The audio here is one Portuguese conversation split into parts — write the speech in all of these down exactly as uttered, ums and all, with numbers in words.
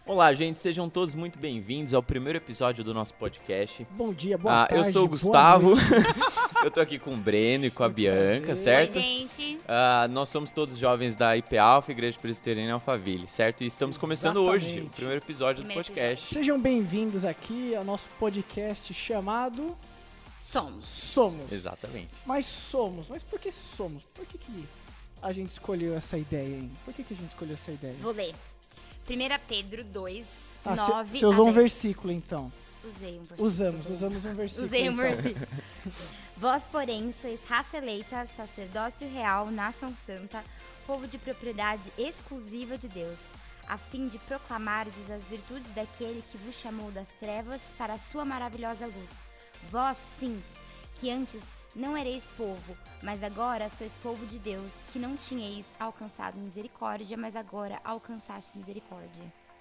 Olá, gente, sejam todos muito bem-vindos ao primeiro episódio do nosso podcast. Bom dia, boa ah, tarde, eu sou o Gustavo, eu tô aqui com o Breno e com a muito Bianca, prazer. Certo? Oi, gente. Ah, nós somos todos jovens da I P Alpha, Igreja Presbiteriana Alphaville, certo? E estamos começando Exatamente. hoje o primeiro episódio Primeiro do podcast. episódio. Sejam bem-vindos aqui ao nosso podcast chamado... Somos. Somos. Exatamente. Mas somos. Mas por que somos? Por que, que a gente escolheu essa ideia, hein? Por que, que a gente escolheu essa ideia? Vou ler. primeiro Pedro dois, Ah, nove você usou a um dez. versículo, então. Usei um versículo. Usamos, usamos um versículo. Usei um então. versículo. Vós, porém, sois raça eleita, sacerdócio real, nação santa, povo de propriedade exclusiva de Deus, a fim de proclamardes as virtudes daquele que vos chamou das trevas para a sua maravilhosa luz. Vós, sim, que antes não ereis povo, mas agora sois povo de Deus, que não tinhais alcançado misericórdia, mas agora alcançaste misericórdia.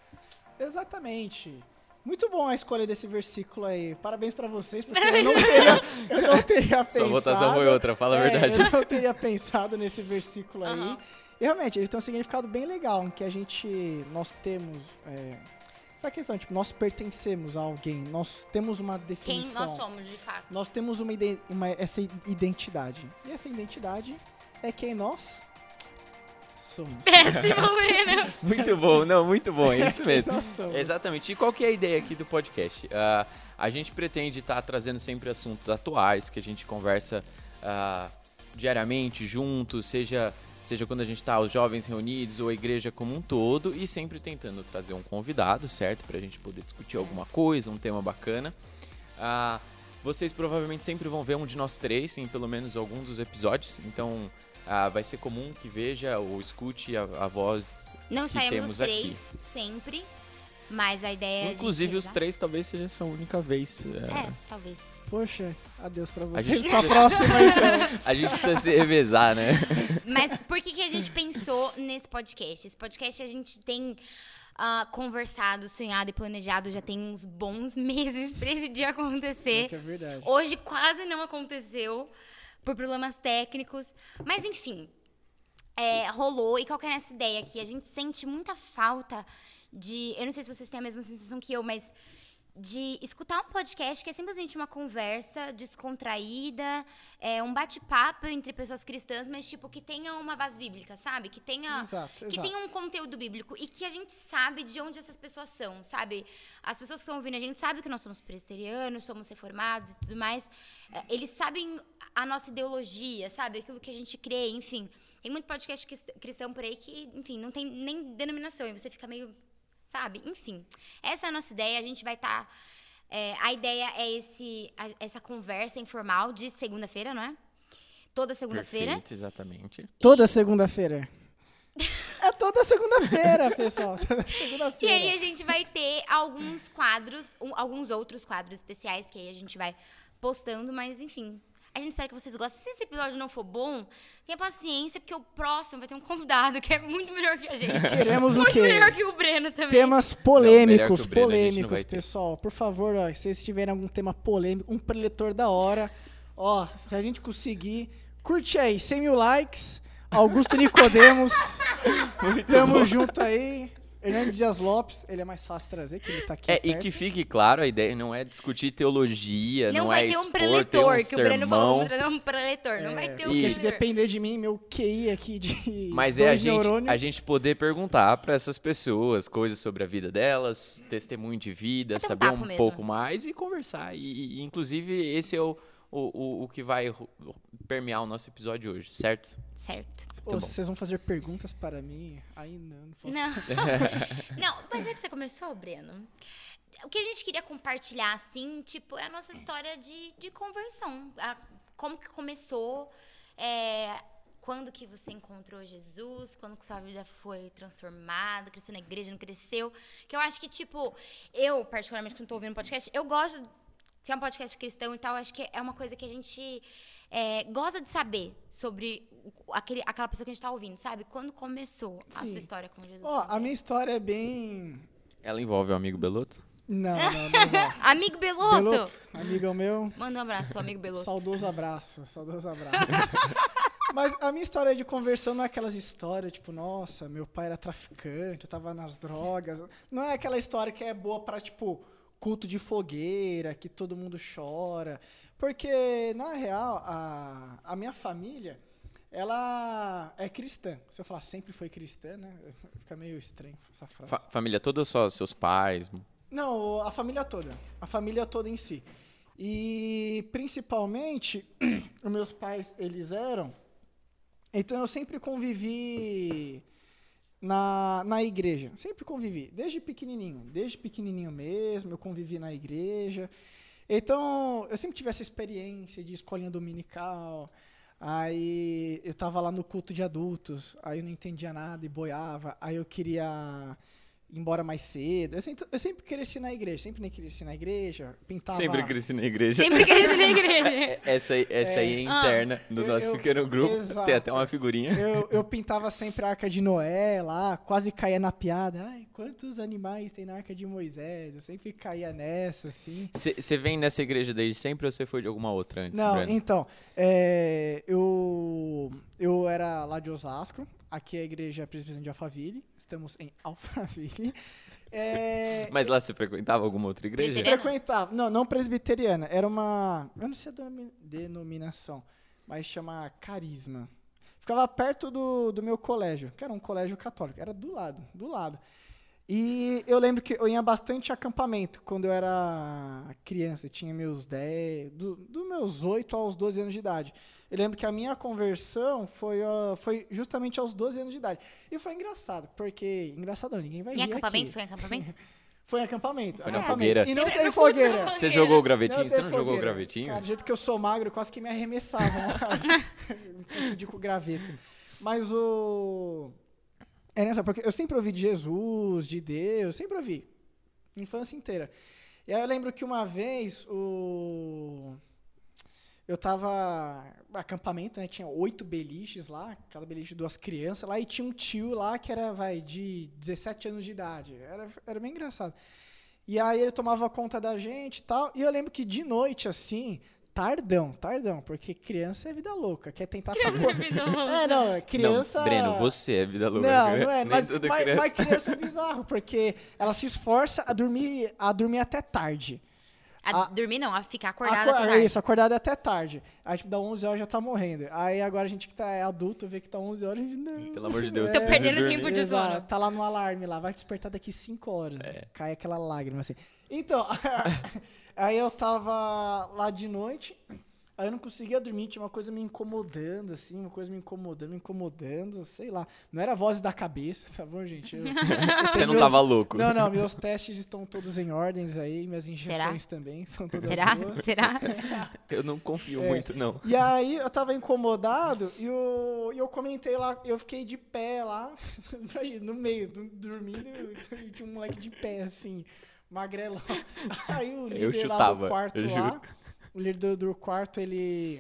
Exatamente. Muito bom a escolha desse versículo aí. Parabéns pra vocês, porque eu não teria, eu não teria pensado... Sua votação foi outra, fala a é, verdade. Eu não teria pensado nesse versículo aí. Uhum. E realmente, ele tem um significado bem legal, em que a gente, nós temos... É, essa questão, tipo, nós pertencemos a alguém, nós temos uma Quem definição. nós somos, de fato. Nós temos uma, ide- uma essa identidade. E essa identidade é quem nós somos. Péssimo, Breno. Muito bom, não, muito bom, é isso mesmo. Nós somos. Exatamente. E qual que é a ideia aqui do podcast? Uh, a gente pretende estar trazendo sempre assuntos atuais, que a gente conversa uh, diariamente, juntos, seja, seja quando a gente está os jovens reunidos ou a igreja como um todo, e sempre tentando trazer um convidado, certo? Para a gente poder discutir Certo. alguma coisa, um tema bacana. Uh, vocês provavelmente sempre vão ver um de nós três em pelo menos algum dos episódios, então... Ah, vai ser comum que veja ou escute a, a voz Não que saímos temos os três aqui. sempre, mas a ideia é a gente Inclusive os revisar. três talvez seja essa única vez. É, talvez. Poxa, adeus pra A vocês. gente Pra precisa- próxima, então. A gente precisa se revezar, né? Mas por que, que a gente pensou nesse podcast? Esse podcast a gente tem ah, conversado, sonhado e planejado já tem uns bons meses pra esse dia acontecer. É que é verdade. Hoje quase não aconteceu por problemas técnicos, mas enfim, é, rolou. E qual que é essa ideia aqui? A gente sente muita falta de, eu não sei se vocês têm a mesma sensação que eu, mas de escutar um podcast que é simplesmente uma conversa descontraída, é, um bate-papo entre pessoas cristãs, mas tipo que tenha uma base bíblica, sabe? Que tenha Exato, que exato. tenha um conteúdo bíblico e que a gente sabe de onde essas pessoas são, sabe? As pessoas que estão ouvindo a gente sabem que nós somos presbiterianos, somos reformados e tudo mais. É, Eles sabem a nossa ideologia, sabe? Aquilo que a gente crê, enfim. Tem muito podcast crist- cristão por aí que, enfim, não tem nem denominação e você fica meio, sabe? Enfim, essa é a nossa ideia. A gente vai estar... a ideia é esse, a- essa conversa informal de segunda-feira, não é? Toda segunda-feira. Perfeito, exatamente. Toda segunda-feira. É toda segunda-feira, pessoal. Toda E segunda-feira. aí a gente vai ter alguns quadros, um- alguns outros quadros especiais que aí a gente vai postando, mas enfim. A gente espera que vocês gostem. Se esse episódio não for bom, tenha paciência, porque o próximo vai ter um convidado que é muito melhor que a gente. Queremos o muito quê? melhor que o Breno também. Temas Não, polêmicos, melhor que o Breno, a gente não polêmicos, vai ter. pessoal. Por favor, ó, se vocês tiverem algum tema polêmico, um preletor da hora, ó, se a gente conseguir, curte aí, cem mil likes, Augusto Nicodemos, tamo junto aí. Hernandes Dias Lopes, ele é mais fácil trazer, que ele tá aqui É, e perto. que fique claro, a ideia não é discutir teologia, não, Não vai é ter um expor, preletor, ter um que o Breno falou. sermão, Vamos trazer um preletor. Não vai ter um Porque Isso. se preletor. depender de mim, meu Q I aqui de mas é a dois gente, neurônios. a gente poder perguntar para essas pessoas coisas sobre a vida delas, testemunho de vida, Bater um saber papo um mesmo. pouco mais e conversar. E, e, inclusive, esse é o, o, o, o que vai ro- permear o nosso episódio hoje, certo? Certo. Ô, Muito bom. vocês vão fazer perguntas para mim? Aí não, não posso. Não. Não, mas já que você começou, Breno, o que a gente queria compartilhar, assim, tipo, é a nossa história de, de conversão. A- como que começou, é, quando que você encontrou Jesus, quando que sua vida foi transformada, cresceu na igreja, não cresceu. Que eu acho que, tipo, eu, particularmente, quando tô ouvindo podcast, eu gosto de ser um podcast cristão e tal, acho que é uma coisa que a gente é, gosta de saber sobre o- aquele, aquela pessoa que a gente tá ouvindo, sabe? Quando começou a Sim. sua história com Jesus? Ó, Como a é? minha história é bem... Ela envolve o amigo Beloto? Não, não, não. não. Amigo Beloto! Beloto, amigão meu, Manda um abraço pro amigo Beloto. saudoso abraço, saudoso abraço. Mas a minha história de conversão não é aquelas histórias, tipo, nossa, meu pai era traficante, eu tava nas drogas. Não é aquela história que é boa pra, tipo, culto de fogueira, que todo mundo chora. Porque, na real, a, a minha família, ela é cristã. Se eu falar sempre foi cristã, né? Fica meio estranho essa frase. Fa- família toda ou só seus pais? Não, a família toda. A família toda em si. E, principalmente, os meus pais, eles eram... Então, eu sempre convivi na, na igreja. Sempre convivi, desde pequenininho. Desde pequenininho mesmo, eu convivi na igreja. Então, eu sempre tive essa experiência de escolinha dominical. Aí, eu estava lá no culto de adultos. Aí, eu não entendia nada e boiava. Aí, eu queria... ir embora mais cedo. Eu sempre, eu sempre cresci na igreja, sempre cresci na igreja, pintava... Sempre cresci na igreja. Sempre cresci na igreja. Essa aí, essa aí é interna do eu- nosso eu- pequeno grupo. exato. Tem até uma figurinha. Eu, eu pintava sempre a Arca de Noé lá, quase caía na piada. Ai, quantos animais tem na Arca de Moisés? Eu sempre caía nessa, assim. Você vem nessa igreja desde sempre ou você foi de alguma outra antes, Não, Breno? então, é, eu, eu era lá de Osasco, aqui é a igreja presbiteriana de Alphaville, estamos em Alphaville. É, Mas lá você frequentava alguma outra igreja? Presbiteriana? frequentava, não, não presbiteriana, era uma, eu não sei a denomi- denominação, mas chama Carisma. Ficava perto do, do meu colégio, que era um colégio católico, era do lado, do lado. E eu lembro que eu ia bastante acampamento quando eu era criança, tinha meus dez, do, dos meus oito aos doze anos de idade. Eu lembro que a minha conversão foi, uh, foi justamente aos doze anos de idade. E foi engraçado, porque... Engraçado não, ninguém vai Em rir acampamento? aqui. Foi em acampamento? Foi em acampamento. Foi na acampamento. fogueira. E não Você tem não fogueira. Você jogou o gravetinho? Não Você tem não jogou o fogueira. gravetinho? Cara, do jeito que eu sou magro, quase que me arremessavam. Me confundi com o graveto. Mas o... É nessa, porque eu sempre ouvi de Jesus, de Deus, sempre ouvi. Infância inteira. E aí eu lembro que uma vez o... eu tava... Acampamento, né? Tinha oito beliches lá, cada beliche duas crianças lá, e tinha um tio lá que era, vai, de dezessete anos de idade. Era, era bem engraçado. E aí ele tomava conta da gente e tal. E eu lembro que de noite, assim, tardão, tardão, porque criança é vida louca, quer tentar ficar Criança é vida louca. É, não, criança. Não, Breno, você é vida louca. Não, né? não é, Nem mas, toda mas, criança. mas criança é bizarro, porque ela se esforça a dormir, a dormir até tarde. A A- dormir não, a ficar acordada Acor- até tarde. Isso, acordada até tarde. Aí, tipo, dá onze horas já tá morrendo. Aí agora a gente que tá é adulto vê que tá onze horas, a gente não. Pelo amor de Deus, Tô preciso perdendo dormir. tempo de Exato, sono. tá lá no alarme lá, vai despertar daqui cinco horas. É. Cai aquela lágrima assim. Então, aí eu tava lá de noite, aí eu não conseguia dormir, tinha uma coisa me incomodando, assim, uma coisa me incomodando, me incomodando, sei lá. Não era vozes da cabeça, tá bom, gente? Eu- eu Você tenho não meus- tava louco. Não, não, meus testes estão todos em ordens aí, minhas injeções também estão todas Será? boas. Será? Eu não confio É. muito, não. E aí eu tava incomodado e eu, e eu comentei lá, eu fiquei de pé lá, imagina, no meio, do- dormindo, e tinha um moleque de pé, assim, magrelão. Aí o líder lá chutava, do quarto eu lá, juro. o líder do, do quarto, ele,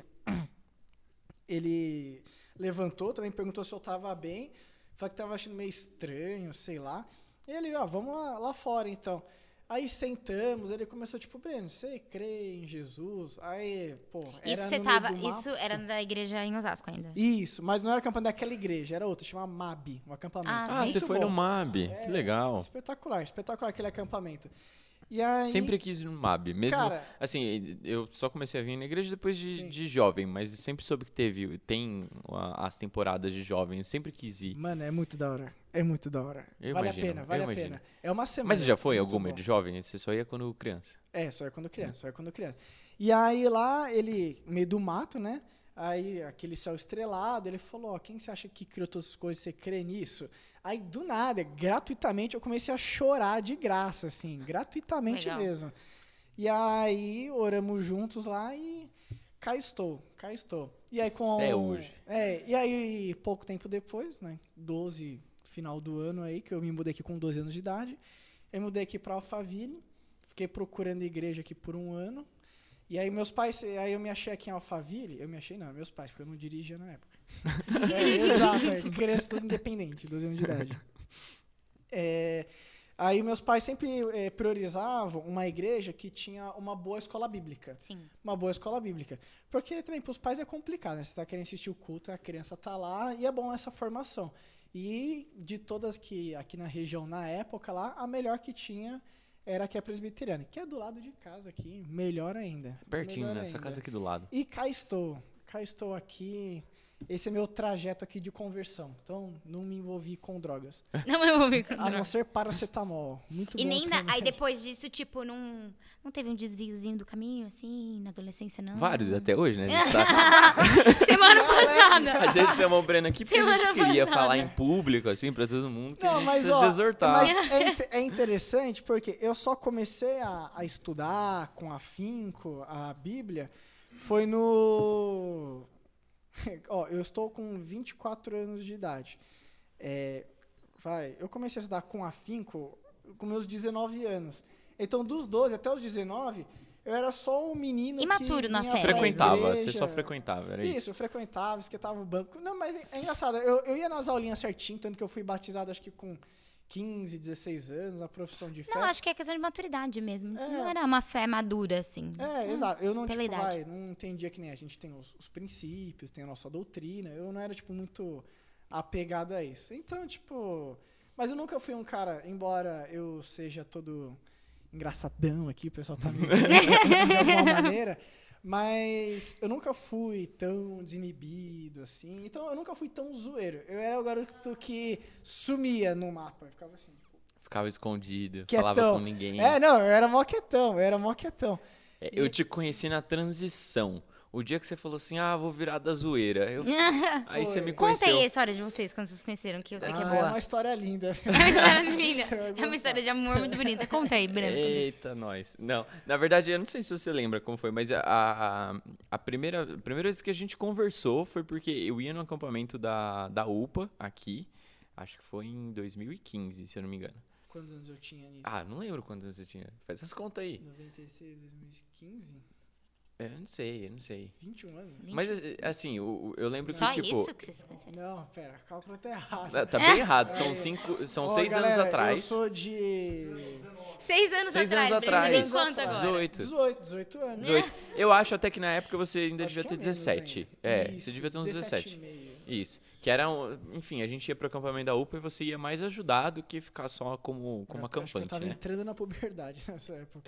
ele levantou, também perguntou se eu tava bem, falou que tava achando meio estranho, sei lá. E ele, ó, vamos lá, lá fora então. Aí sentamos, ele começou tipo, Breno, você crê em Jesus? Aí, pô, era Isso no você meio tava. do mato. Isso era da igreja em Osasco ainda. Isso, mas não era acampamento daquela igreja, era outra, chamava M A B, um acampamento. Ah, Ah, Muito você foi bom. no M A B. É, Que legal. Espetacular, espetacular aquele acampamento. E aí, Sempre quis ir no M A B. Mesmo, Cara- assim, eu só comecei a vir na igreja depois de, Sim. de jovem, mas sempre soube que teve, tem a- as temporadas de jovem, eu sempre quis ir. mano, é muito da hora. É muito da hora. Eu vale imagino, a pena, eu vale a imagino. pena. É uma semana. Mas você já foi muito alguma bom. de jovem? Você só ia quando criança. É, só é quando criança, só é quando criança. E aí lá, ele, meio do mato, né? Aí, aquele céu estrelado, ele falou, ó, quem você acha que criou todas as coisas, você crê nisso? Aí, do nada, gratuitamente, eu comecei a chorar de graça, assim, gratuitamente Legal. mesmo. E aí, oramos juntos lá e cá estou, cá estou. E aí, com... Até hoje. É, e aí, pouco tempo depois, né, doze, final do ano aí, que eu me mudei aqui com doze anos de idade, eu mudei aqui pra Alphaville, fiquei procurando igreja aqui por um ano. E aí meus pais, aí eu me achei aqui em Alphaville, eu me achei não, meus pais, porque eu não dirigia na época. É, exato, é, criança toda independente, doze anos de idade. É, Aí meus pais sempre eh, priorizavam uma igreja que tinha uma boa escola bíblica. Sim. Uma boa escola bíblica. Porque também para os pais é complicado, né? Você tá querendo assistir o culto, a criança tá lá e é bom essa formação. E de todas que aqui na região, na época lá, a melhor que tinha era que é presbiteriana, que é do lado de casa aqui, melhor ainda. Pertinho, melhor né? Sua ainda. casa aqui do lado. E cá estou, cá estou aqui. Esse é meu trajeto aqui de conversão. Então, não me envolvi com drogas. Não me envolvi com A não droga. ser paracetamol. Muito E bom nem esse da, aí remédio. depois disso, tipo, não, não teve um desviozinho do caminho, assim, na adolescência, não? Vários até hoje, né? A gente, tá- Semana passada. a gente chamou o Breno aqui porque a gente Semana queria passada. falar em público, assim, pra todo mundo, que a Não, gente mas, precisa ó, exortar. mas é, inte- é interessante porque eu só comecei a, a estudar com afinco a Bíblia foi no... Ó, eu estou com vinte e quatro anos de idade. É, vai, eu comecei a estudar com afinco com meus dezenove anos. Então, dos doze até os dezenove, eu era só um menino Imaturo que na vinha fé. pra Frequentava, igreja. você só frequentava, era Isso, isso. eu frequentava, esquentava o banco. Não, mas é, é engraçado. Eu, eu ia nas aulinhas certinho, tanto que eu fui batizado acho que com quinze, dezesseis anos, a profissão de fé. Não, acho que é questão de maturidade mesmo. É. Não era uma fé madura, assim. É, exato. Eu não, pela tipo, idade. vai, não entendia que nem a gente tem os, os princípios, tem a nossa doutrina. Eu não era, tipo, muito apegado a isso. Então, tipo... Mas eu nunca fui um cara, embora eu seja todo engraçadão aqui, o pessoal tá me de alguma maneira, mas eu nunca fui tão desinibido, assim. Então, eu nunca fui tão zoeiro. Eu era o garoto que sumia no mapa. Eu ficava assim, tipo... Ficava escondido, Quietão. falava com ninguém. É, não, eu era mó quietão, eu era mó quietão. É, Eu te conheci na transição. O dia que você falou assim, ah, vou virar da zoeira. Eu- Aí você me Conta aí conheceu. a história de vocês, quando vocês se conheceram, que eu sei que é Ah, boa. uma história linda. É uma história linda. Eu É uma gostava. história de amor muito bonita. Conta aí, Branco. Eita, nós. Não, na verdade, eu não sei se você lembra como foi, mas a, a, a primeira, a primeira vez que a gente conversou foi porque eu ia no acampamento da, da U P A, aqui. Acho que foi em dois mil e quinze, se eu não me engano. Quantos anos eu tinha nisso? Ah, não lembro quantos anos você tinha. Faz essas contas aí. noventa e seis, dois mil e quinze? É, eu não sei, eu não sei. vinte e um anos? Mas, assim, o- o- eu lembro Só que, tipo... isso que vocês se conheceram? Não, pera, o cálculo tá errado. Tá tá bem errado, Aí. são cinco, são Ó, seis galera, anos atrás. Eu sou de... Seis anos Seis atrás. anos Vocês atrás. dizem quanto agora? dezoito. dezoito, dezoito anos. dezoito. Eu acho até que na época você ainda Acho devia que ter é menos dezessete. ainda. É, Isso, você devia ter uns dezessete dezessete. e meio. Isso. Que era, um- enfim, a gente ia pro acampamento da U P A e você ia mais ajudar do que ficar só como, como Eu acho que eu acampante, tava né? entrando na puberdade nessa época.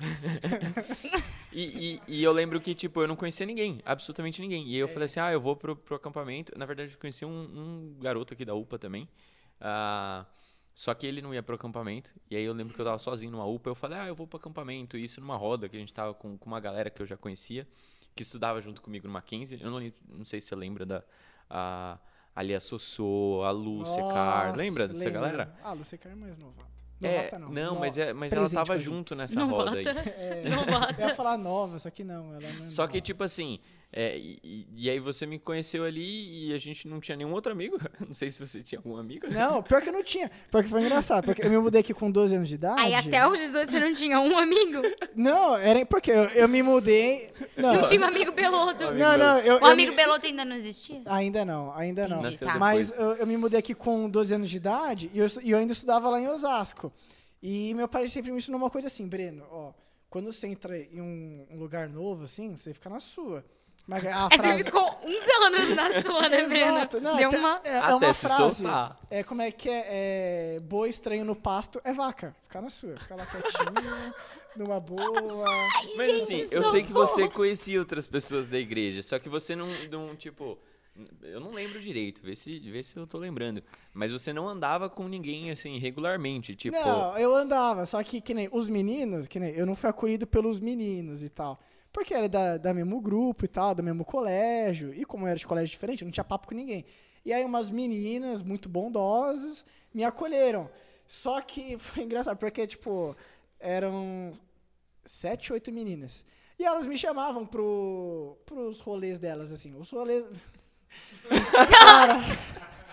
E, e, e eu lembro que, tipo, eu não conhecia ninguém, absolutamente ninguém. E aí É. eu falei assim, ah, eu vou pro, pro acampamento. Na verdade, eu conheci um, um garoto aqui da U P A também. Ah, só que ele não ia pro acampamento. E aí eu lembro que eu tava sozinho numa U P A. Eu falei, ah, eu vou pro acampamento. E isso numa roda que a gente tava com, com uma galera que eu já conhecia, que estudava junto comigo no Mackenzie. Eu não, lem- não sei se você lembra da... A, ali a Sossô, a Lúcia Car. Nossa, Lembra dessa lembro. galera? Ah, a Lúcia Car é mais novata. É, Novata não. não, No- mas, é, mas ela presente tava com a gente. junto nessa Não roda aí. bota. É, Não bota. eu ia falar nova, só que não, ela não é Só que, nova. tipo assim, é, e, e- e aí você me conheceu ali e a gente não tinha nenhum outro amigo. Não sei se você tinha algum amigo. Não, pior que eu não tinha. Pior que foi engraçado, porque eu me mudei aqui com doze anos de idade. Aí até os dezoito você não tinha um amigo? Não, era porque eu, eu me mudei... Não, Não tinha um amigo peloto. Amigo não, não, eu... O eu amigo me- peloto ainda não existia? Ainda não, ainda não. Entendi, Nasceu tá. Mas depois. eu, eu me mudei aqui com doze anos de idade e eu, estu- e eu ainda estudava lá em Osasco. E meu pai sempre me ensinou uma coisa assim, Breno, ó, quando você entra em um, um lugar novo, assim, você fica na sua. Mas a Aí frase... você ficou uns anos na sua, né, Exato, Breno? não, Deu é, uma... é, é Até uma se frase. soltar. É, como é que é, é? Boi estranho no pasto é vaca. Fica na sua, fica lá quietinho, numa boa. Mas assim, eu sei que você conhecia outras pessoas da igreja, só que você não, não tipo... Eu não lembro direito, vê se, vê se eu tô lembrando. Mas você não andava com ninguém, assim, regularmente, tipo... Não, eu andava, só que que nem os meninos, que nem eu não fui acolhido pelos meninos e tal. Porque era da, da mesmo grupo e tal, do mesmo colégio. E como eu era de colégio diferente, eu não tinha papo com ninguém. E aí umas meninas muito bondosas me acolheram. Só que foi engraçado, porque, tipo, eram sete, oito meninas. E elas me chamavam pro, pros rolês delas, assim. Os rolês... Cara...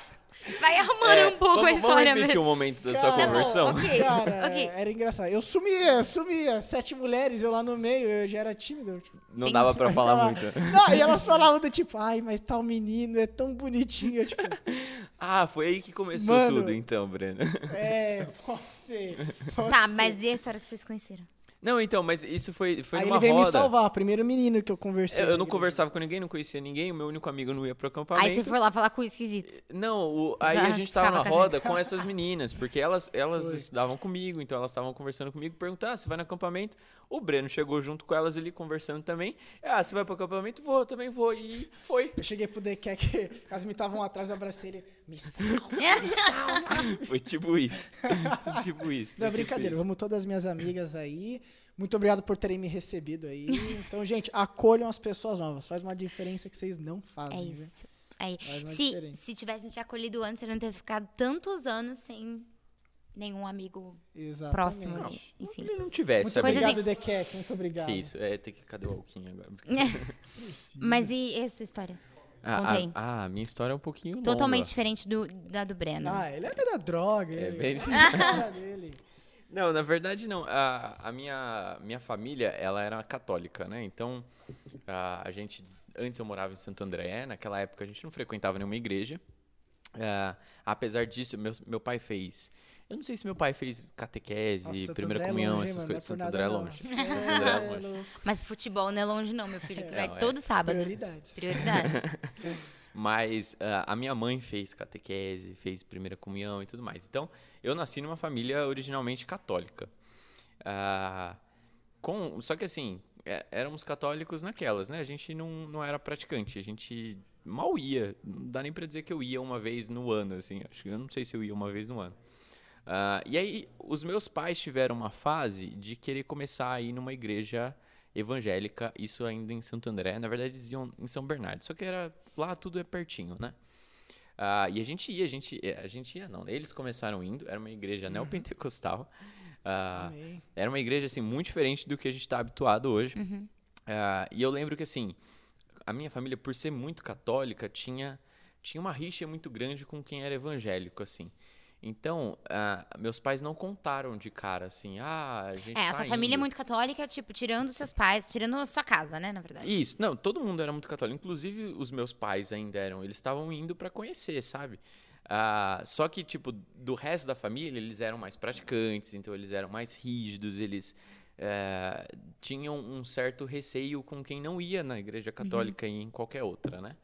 Vai arrumando É, um pouco vamos, a história vamos repetir mesmo. o momento da sua Cara, conversão? ok. Cara, Ok. era engraçado. Eu sumia, eu sumia. Sete mulheres, eu lá no meio, eu já era tímido. eu, Tipo, Não dava pra falar ela- muito. Não, e elas falavam do tipo, ai, mas tal menino é tão bonitinho. Eu, tipo, Ah, foi aí que começou Mano. tudo, então, Breno. é, pode ser. Pode Tá, ser. mas e a história que vocês conheceram? Não, então, mas isso foi, foi Aí numa ele veio roda. me salvar, primeiro menino que eu conversei. Eu, eu não na igreja. conversava com ninguém, não conhecia ninguém, o meu único amigo não ia pro acampamento. Aí você foi lá falar com o esquisito. Não, o- aí Já a gente tava ficava na casado. roda com essas meninas, porque elas, elas Foi. estudavam comigo, então elas estavam conversando comigo, perguntaram, ah, você vai no acampamento? O Breno chegou junto com elas ali, conversando também. Ah, você vai pro acampamento? Vou, eu também vou. E foi. Eu cheguei pro Deque, que elas me estavam atrás, eu abracei ele. Me salva, me salva. Foi tipo isso. tipo isso. Não, foi tipo brincadeira, isso. vamos todas as minhas amigas aí. Muito obrigado por terem me recebido aí. Então, gente, acolham as pessoas novas. Faz uma diferença que vocês não fazem. É viu? isso. Aí, Faz uma se, diferença. se tivessem te acolhido antes, você não teria ficado tantos anos sem nenhum amigo Exatamente. próximo Não. ali. Enfim. Se ele não tivesse, Muito Coisas obrigado, assim. Dequete. Muito obrigado. Que isso, é, tem que... Cadê o Alquinho agora? Mas e a sua história? Ah, Conta aí. a, a minha história é um pouquinho longa. Totalmente diferente do, da do Breno. Ah, ele é da droga. É ele. bem- A cara dele. Não, na verdade não. A, a minha, minha família, ela era católica, né? Então, a, a gente... Antes eu morava em Santo André, naquela época a gente não frequentava nenhuma igreja. Ah, apesar disso, meu, meu pai fez... Eu não sei se meu pai fez catequese, Nossa, Santo primeira André é comunhão, longe, hein, essas mano? Não é coisas. por Santo nada, André é não. longe. Santo André é longe. louco. Mas futebol não é longe não, meu filho, que vai Não, é. todo sábado. Prioridades. Prioridade. Mas ah, a minha mãe fez catequese, fez primeira comunhão e tudo mais. Então, eu nasci numa família originalmente católica. Ah, com, só que assim, é- éramos católicos naquelas, né? A gente não, não era praticante, a gente mal ia. Não dá nem pra dizer que eu ia uma vez no ano, assim. Acho que eu não sei se eu ia uma vez no ano. Ah, e aí, os meus pais tiveram uma fase de querer começar a ir numa igreja evangélica, isso ainda em Santo André. Na verdade, eles iam em São Bernardo, só que era lá tudo é pertinho, né? Ah, e a gente ia, a gente, a gente ia, não. Eles começaram indo, era uma igreja neopentecostal. Ah, Amém. era uma igreja assim muito diferente do que a gente está habituado hoje. Ah, e eu lembro que assim, a minha família, por ser muito católica, tinha tinha uma rixa muito grande com quem era evangélico, assim. Então, ah, meus pais não contaram de cara, assim, ah, a gente É, a tá sua família é indo. muito católica, tipo, tirando os seus pais, tirando a sua casa, né, na verdade. Isso, não, todo mundo era muito católico, inclusive os meus pais ainda eram, eles estavam indo pra conhecer, sabe? Ah, só que, tipo, do resto da família, eles eram mais praticantes, então eles eram mais rígidos, eles eh, tinham um certo receio com quem não ia na igreja católica e em qualquer outra, né?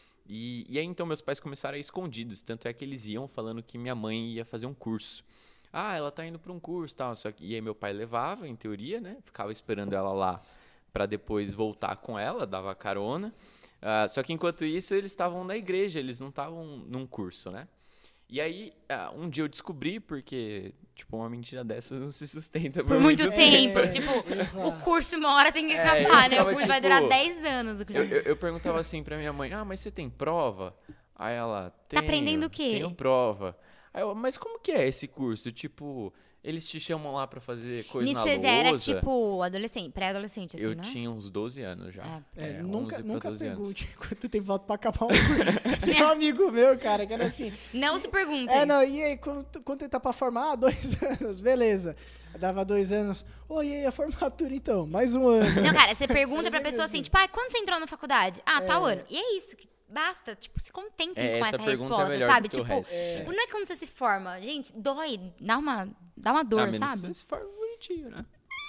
E, e aí, então, meus pais começaram a ir escondidos, tanto é que eles iam falando que minha mãe ia fazer um curso. Ah, ela tá indo pra um curso e tal, só que, e aí meu pai levava, em teoria, né? Ficava esperando ela lá para depois voltar com ela, dava carona. Ah, só que enquanto isso, eles estavam na igreja, eles não estavam num curso, né? E aí, ah, um dia eu descobri, porque, tipo, uma mentira dessas não se sustenta por, Por muito tempo. É, Tipo, exato. o curso uma hora tem que É, acabar, eu né? O ficava, curso vai tipo, durar dez anos. o curso. Eu, eu, eu perguntava assim pra minha mãe, ah, mas você tem prova? Aí ela, Tá tenho, aprendendo o quê? Tenho prova. Aí eu, mas como que é esse curso? Tipo, eles te chamam lá pra fazer coisa Nisso na você lousa? já era, tipo, adolescente, pré-adolescente, assim, Eu não é? tinha uns doze anos já. É, É, nunca onze pra nunca doze anos. pergunte quanto tempo falta pra acabar um curso. Tem um amigo meu, cara, que era assim. Não se pergunta. É, não, e aí, quanto, quanto ele tá pra formar? Ah, dois anos, beleza. Dava dois anos. Oi, e aí, a formatura então? Mais um ano. Não, cara, você pergunta pra Mas é pessoa assim, mesmo. tipo, ah, quando você entrou na faculdade? Ah, tal ano. E é isso, que basta, tipo, se contentem É, com essa essa pergunta é resposta, melhor sabe? do que o Tipo, resto. É. não é quando você se forma. Gente, dói, dá uma, dá uma dor, Ah, menos sabe? se for bonitinho, né?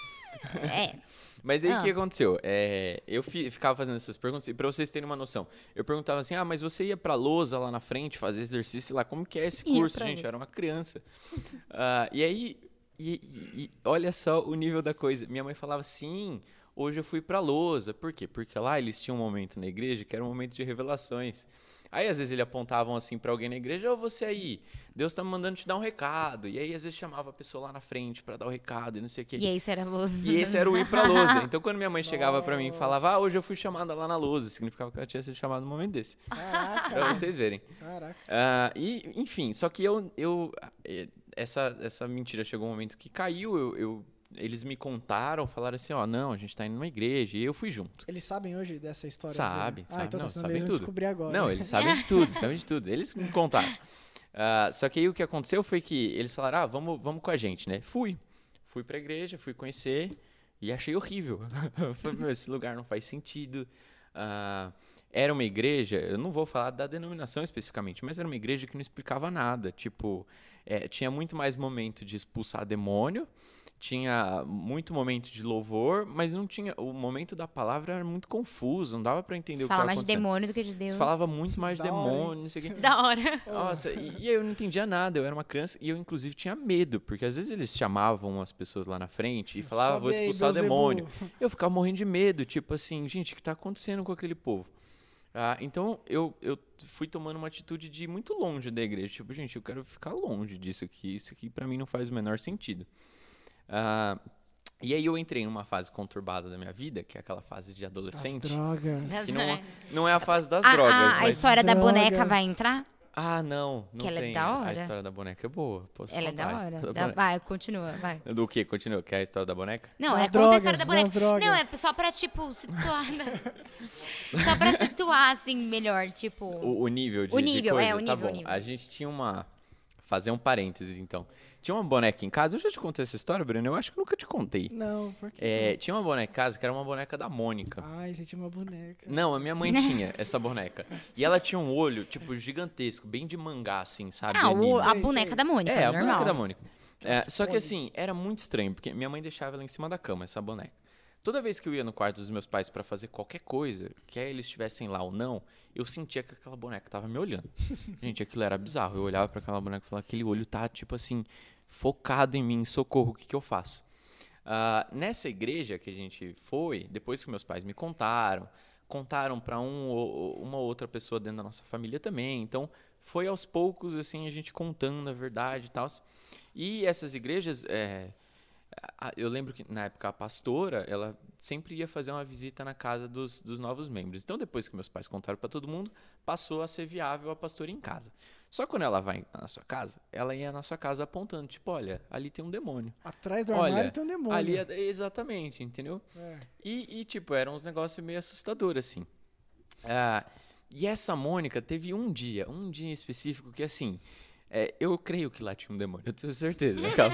É. Mas aí o Ah. que aconteceu? É, eu fi- ficava fazendo essas perguntas, e pra vocês terem uma noção, eu perguntava assim, ah, mas você ia pra lousa lá na frente fazer exercício lá, como que é esse Ia curso, pra gente? lousa. Eu era uma criança. Ah, e aí, e, e- e olha só o nível da coisa. Minha mãe falava, sim, hoje eu fui pra lousa. Por quê? Porque lá eles tinham um momento na igreja que era um momento de revelações. Aí, às vezes, eles apontavam assim pra alguém na igreja, ô, você aí, Deus tá me mandando te dar um recado. E aí, às vezes, chamava a pessoa lá na frente pra dar o recado e não sei o quê. E aí, isso era lousa. E esse era o ir pra lousa. Então, quando minha mãe chegava pra mim e falava, ah, hoje eu fui chamada lá na lousa, significava que ela tinha sido chamada num momento desse. Pra Caraca. vocês verem. Caraca. Ah, e, enfim, só que eu, eu eh, essa, essa mentira chegou um momento que caiu, eu, eu- eles me contaram, falaram assim, ó, não, a gente tá indo numa igreja, e eu fui junto. Eles sabem hoje dessa história? Sabem, Ah, sabem, então não, tá, senão sabem eles vão tudo. descobrir agora. Não, eles sabem de tudo, sabem de tudo. Eles me contaram. Uh, só que aí o que aconteceu foi que eles falaram, ah, vamos, vamos com a gente, né? Fui. Fui pra igreja, fui conhecer e achei horrível. Falei, meu, esse lugar não faz sentido. Uh, era uma igreja, eu não vou falar da denominação especificamente, mas era uma igreja que não explicava nada. Tipo, é, tinha muito mais momento de expulsar demônio, tinha muito momento de louvor, mas não tinha. O momento da palavra era muito confuso, não dava pra entender Você o que fala estava mais de acontecendo. demônio do que de Deus. Você falava muito mais de Da hora, demônio, não sei o quê. Da hora. Nossa, e, e eu não entendia nada, eu era uma criança e eu, inclusive, tinha medo, porque às vezes eles chamavam as pessoas lá na frente e falavam, vou Sobe aí, expulsar o Beelzebub. demônio. Eu ficava morrendo de medo, tipo assim, gente, o que está acontecendo com aquele povo? Ah, então, eu, eu fui tomando uma atitude de ir muito longe da igreja, tipo, gente, eu quero ficar longe disso aqui, isso aqui pra mim não faz o menor sentido. Ah, e aí eu entrei numa fase conturbada da minha vida, que é aquela fase de As adolescente. drogas. Que não, não é a fase das A- drogas, a, a mas... história da Drogas. boneca vai entrar? Ah, não, não Que ela é tem. da A hora. história da boneca é boa. Posso Ela é contar da a hora. história da Da- boneca. vai, continua, vai. Do que? Continua. Quer a história da boneca? Não, Das é conta a história da drogas, boneca. das drogas. Não, é só pra, tipo, situar. Só pra situar, assim, melhor, tipo. O, o nível de O de nível, coisa? é, o Tá nível, bom. o nível. A gente tinha uma... Fazer um parênteses, então. Tinha uma boneca em casa. Eu já te contei essa história, Breno? Eu acho que nunca te contei. Não, por que É, tinha uma boneca em casa que era uma boneca da Mônica. não? Ai, você tinha uma boneca. Não, a minha mãe tinha essa boneca. E ela tinha um olho, tipo, gigantesco, bem de mangá, assim, sabe? Ah, o- Anime. a Sei, boneca sei. da Mônica, É, a normal. boneca da Mônica. É, Aquelas só que pônei. assim, era muito estranho, porque minha mãe deixava ela em cima da cama, essa boneca. Toda vez que eu ia no quarto dos meus pais pra fazer qualquer coisa, quer eles estivessem lá ou não, eu sentia que aquela boneca tava me olhando. Gente, aquilo era bizarro. Eu olhava pra aquela boneca e falava, aquele olho tá, tipo assim, focado em mim, socorro, o que que eu faço? Ah, nessa igreja que a gente foi, depois que meus pais me contaram, contaram pra um, ou- uma outra pessoa dentro da nossa família também, então foi aos poucos, assim, a gente contando a verdade e tal. E essas igrejas, é, a- eu lembro que na época a pastora, ela sempre ia fazer uma visita na casa dos, dos novos membros. Então depois que meus pais contaram pra todo mundo, passou a ser viável a pastora ir em casa. Só quando ela vai na sua casa, ela ia na sua casa apontando, tipo, olha, ali tem um demônio. Atrás do Olha, armário tem um demônio. Ali é, exatamente, entendeu? É. E, e, tipo, eram uns negócios meio assustadores, assim. Ah, e essa Mônica teve um dia, um dia em específico que, assim, é, eu creio que lá tinha um demônio, eu tenho certeza. Naquela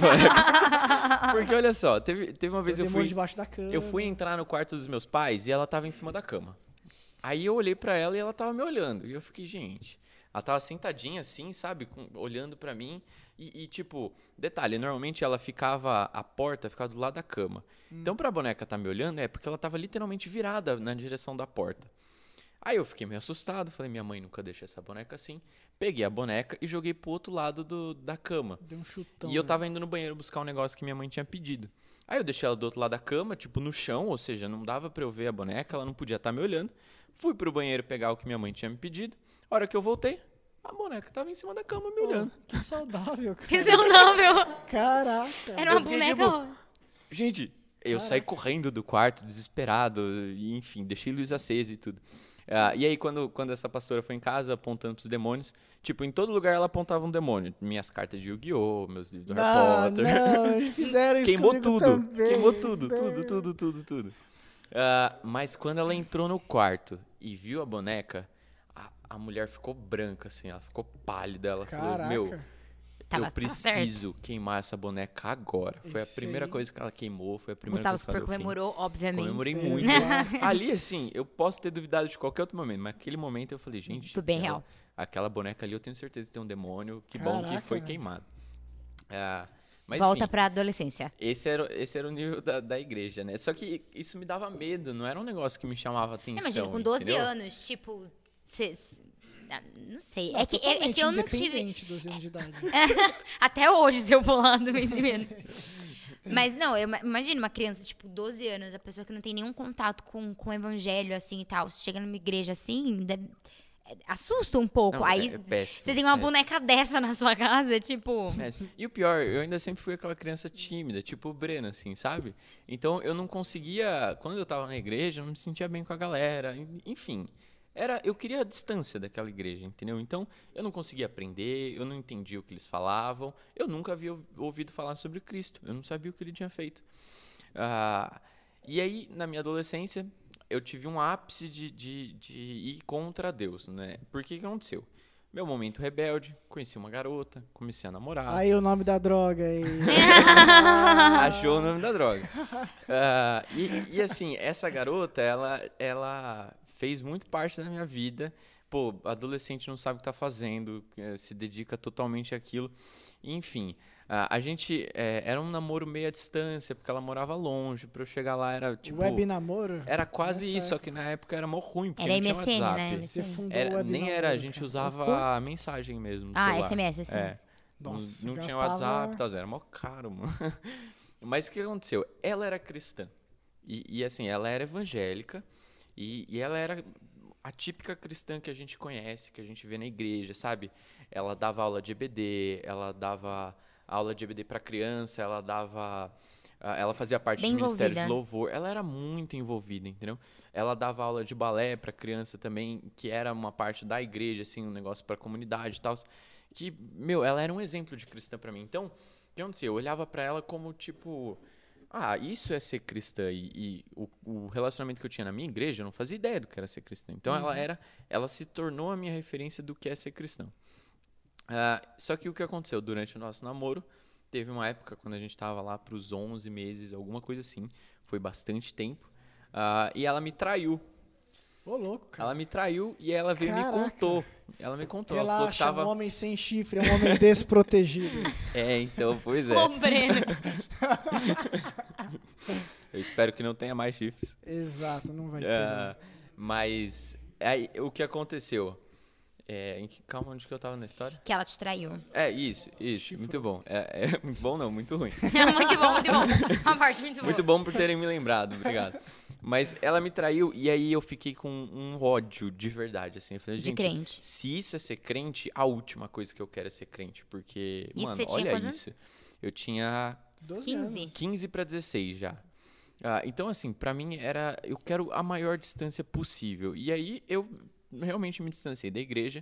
boneca. Porque, olha só, teve, teve uma Tem vez um eu demônio fui, debaixo da cama. eu fui entrar no quarto dos meus pais e ela tava em cima da cama. Aí eu olhei pra ela e ela tava me olhando. E eu fiquei, gente... Ela tava sentadinha assim, sabe? Com- olhando pra mim. E, e, tipo, detalhe, normalmente ela ficava, a porta ficava do lado da cama. Então, pra boneca tá me olhando, é porque ela tava literalmente virada na direção da porta. Aí eu fiquei meio assustado, falei, minha mãe nunca deixa essa boneca assim. Peguei a boneca e joguei pro outro lado do, da cama. Deu um chutão. E eu né? tava indo no banheiro buscar um negócio que minha mãe tinha pedido. Aí eu deixei ela do outro lado da cama, tipo no chão, ou seja, não dava pra eu ver a boneca, ela não podia estar me olhando. Fui pro banheiro pegar o que minha mãe tinha me pedido. A hora que eu voltei, a boneca tava em cima da cama me Pô, olhando. que saudável, cara. Que seu nome, meu. Caraca. Era uma Eu fiquei, boneca. tipo, Gente, eu saí correndo do quarto, desesperado, e, enfim, deixei luz acesa e tudo. Ah, e aí, quando, quando essa pastora foi em casa, apontando pros demônios, tipo, em todo lugar ela apontava um demônio. Minhas cartas de Yu-Gi-Oh!, meus livros do Harry Não, Potter. não, eles fizeram isso Queimou comigo tudo, também. queimou tudo, Né? tudo, tudo, tudo, tudo. Ah, mas quando ela entrou no quarto e viu a boneca, a, a mulher ficou branca, assim, ela ficou pálida. Ela falou, Caraca. meu, Tava- eu tava certo. preciso queimar essa boneca agora. Foi a Isso primeira aí. coisa que ela queimou, foi a primeira Gustavo coisa que ela super deu fim. comemorou, obviamente. Comemorei Sim, muito. exato. Ali, assim, eu posso ter duvidado de qualquer outro momento, mas naquele momento eu falei, gente... Foi bem aquela- real. Aquela boneca ali eu tenho certeza que tem um demônio. Que bom que Caraca, foi velho. queimado. Ah, mas, Volta enfim, pra adolescência. esse era, esse era o nível da, da igreja, né? Só que isso me dava medo, não era um negócio que me chamava atenção. Imagina, com doze entendeu? anos, tipo. Cê, ah, não sei. Não, é, que, é, é totalmente que eu não tive. independente, doze anos de idade. Até hoje, se eu for lá do menino. Mas não, eu ima- imagino uma criança, tipo, doze anos, a pessoa que não tem nenhum contato com, com o evangelho, assim e tal. Você chega numa igreja assim, deve- é, assusta um pouco. Não, Aí é, é péssimo, você tem uma péssimo. boneca dessa na sua casa, tipo. Péssimo. E o pior, eu ainda sempre fui aquela criança tímida, tipo o Breno, assim, sabe? Então eu não conseguia, quando eu tava na igreja, eu não me sentia bem com a galera, en- enfim. Era, eu queria a distância daquela igreja, entendeu? Então eu não conseguia aprender, eu não entendia o que eles falavam, eu nunca havia ou- ouvido falar sobre Cristo, eu não sabia o que ele tinha feito. Ah, e aí, na minha adolescência, eu tive um ápice de, de, de ir contra Deus, né? Por que que aconteceu? Meu momento rebelde, conheci uma garota, comecei a namorar. Aí o nome da droga aí. Achou o nome da droga. Uh, e, e assim, essa garota, ela, ela fez muito parte da minha vida. Pô, adolescente não sabe o que tá fazendo, se dedica totalmente àquilo. Enfim, uh, a gente, é, era um namoro meio à distância, porque ela morava longe, pra eu chegar lá era tipo... Web namoro? Era quase Nessa isso, só que na época era mó ruim, porque Era não tinha M S N, WhatsApp. né? Você fundou Era, o web nem namoro, era, a gente cara. usava a mensagem mesmo. no Ah, celular. S M S, S M S. É, não- Nossa, não tinha gastava- WhatsApp e tal, era mó caro, mano. Mas o que aconteceu? Ela era cristã. E, e, assim, ela era evangélica. E, e ela era a típica cristã que a gente conhece, que a gente vê na igreja, sabe? Ela dava aula de E B D, ela dava aula de E B D para criança, ela dava... ah, Ela fazia parte Bem do Ministério de envolvida. Louvor. Ela era muito envolvida, entendeu? Ela dava aula de balé para criança também, que era uma parte da igreja, assim, um negócio para comunidade e tal. Que, meu, ela era um exemplo de cristã para mim. Então, o que aconteceu? Eu olhava para ela como, tipo... Ah, isso é ser cristã. E, e o, o relacionamento que eu tinha na minha igreja, eu não fazia ideia do que era ser cristã. Então, ela era... Ela se tornou a minha referência do que é ser cristão. Ah, só que o que aconteceu? Durante o nosso namoro, teve uma época quando a gente tava lá pros onze meses, alguma coisa assim. Foi bastante tempo. Ah, e ela me traiu. Ô, louco, cara. Ela me traiu e ela veio e me Caraca. contou. Ela me contou. Ela falou que Relaxa, tava... um homem sem chifre é um homem desprotegido. É, então, pois é. Ô, Breno. Eu espero que não tenha mais chifres. Exato, não vai ter. Ah, mas aí, o que aconteceu? É, em que, calma, onde que eu tava na história? Que ela te traiu. É, isso, isso. Chifre. Muito bom. É, é muito bom não, muito ruim. muito bom, muito bom. Uma parte muito boa. Muito bom por terem me lembrado, obrigado. Mas ela me traiu e aí eu fiquei com um ódio de verdade, assim. Eu falei, De gente, crente. se isso é ser crente, a última coisa que eu quero é ser crente. Porque, Isso mano, você tinha olha quantos isso. Eu tinha doze quinze. anos. quinze para dezesseis já. Ah, então, assim, pra mim era... Eu quero a maior distância possível. E aí eu realmente me distanciei da igreja.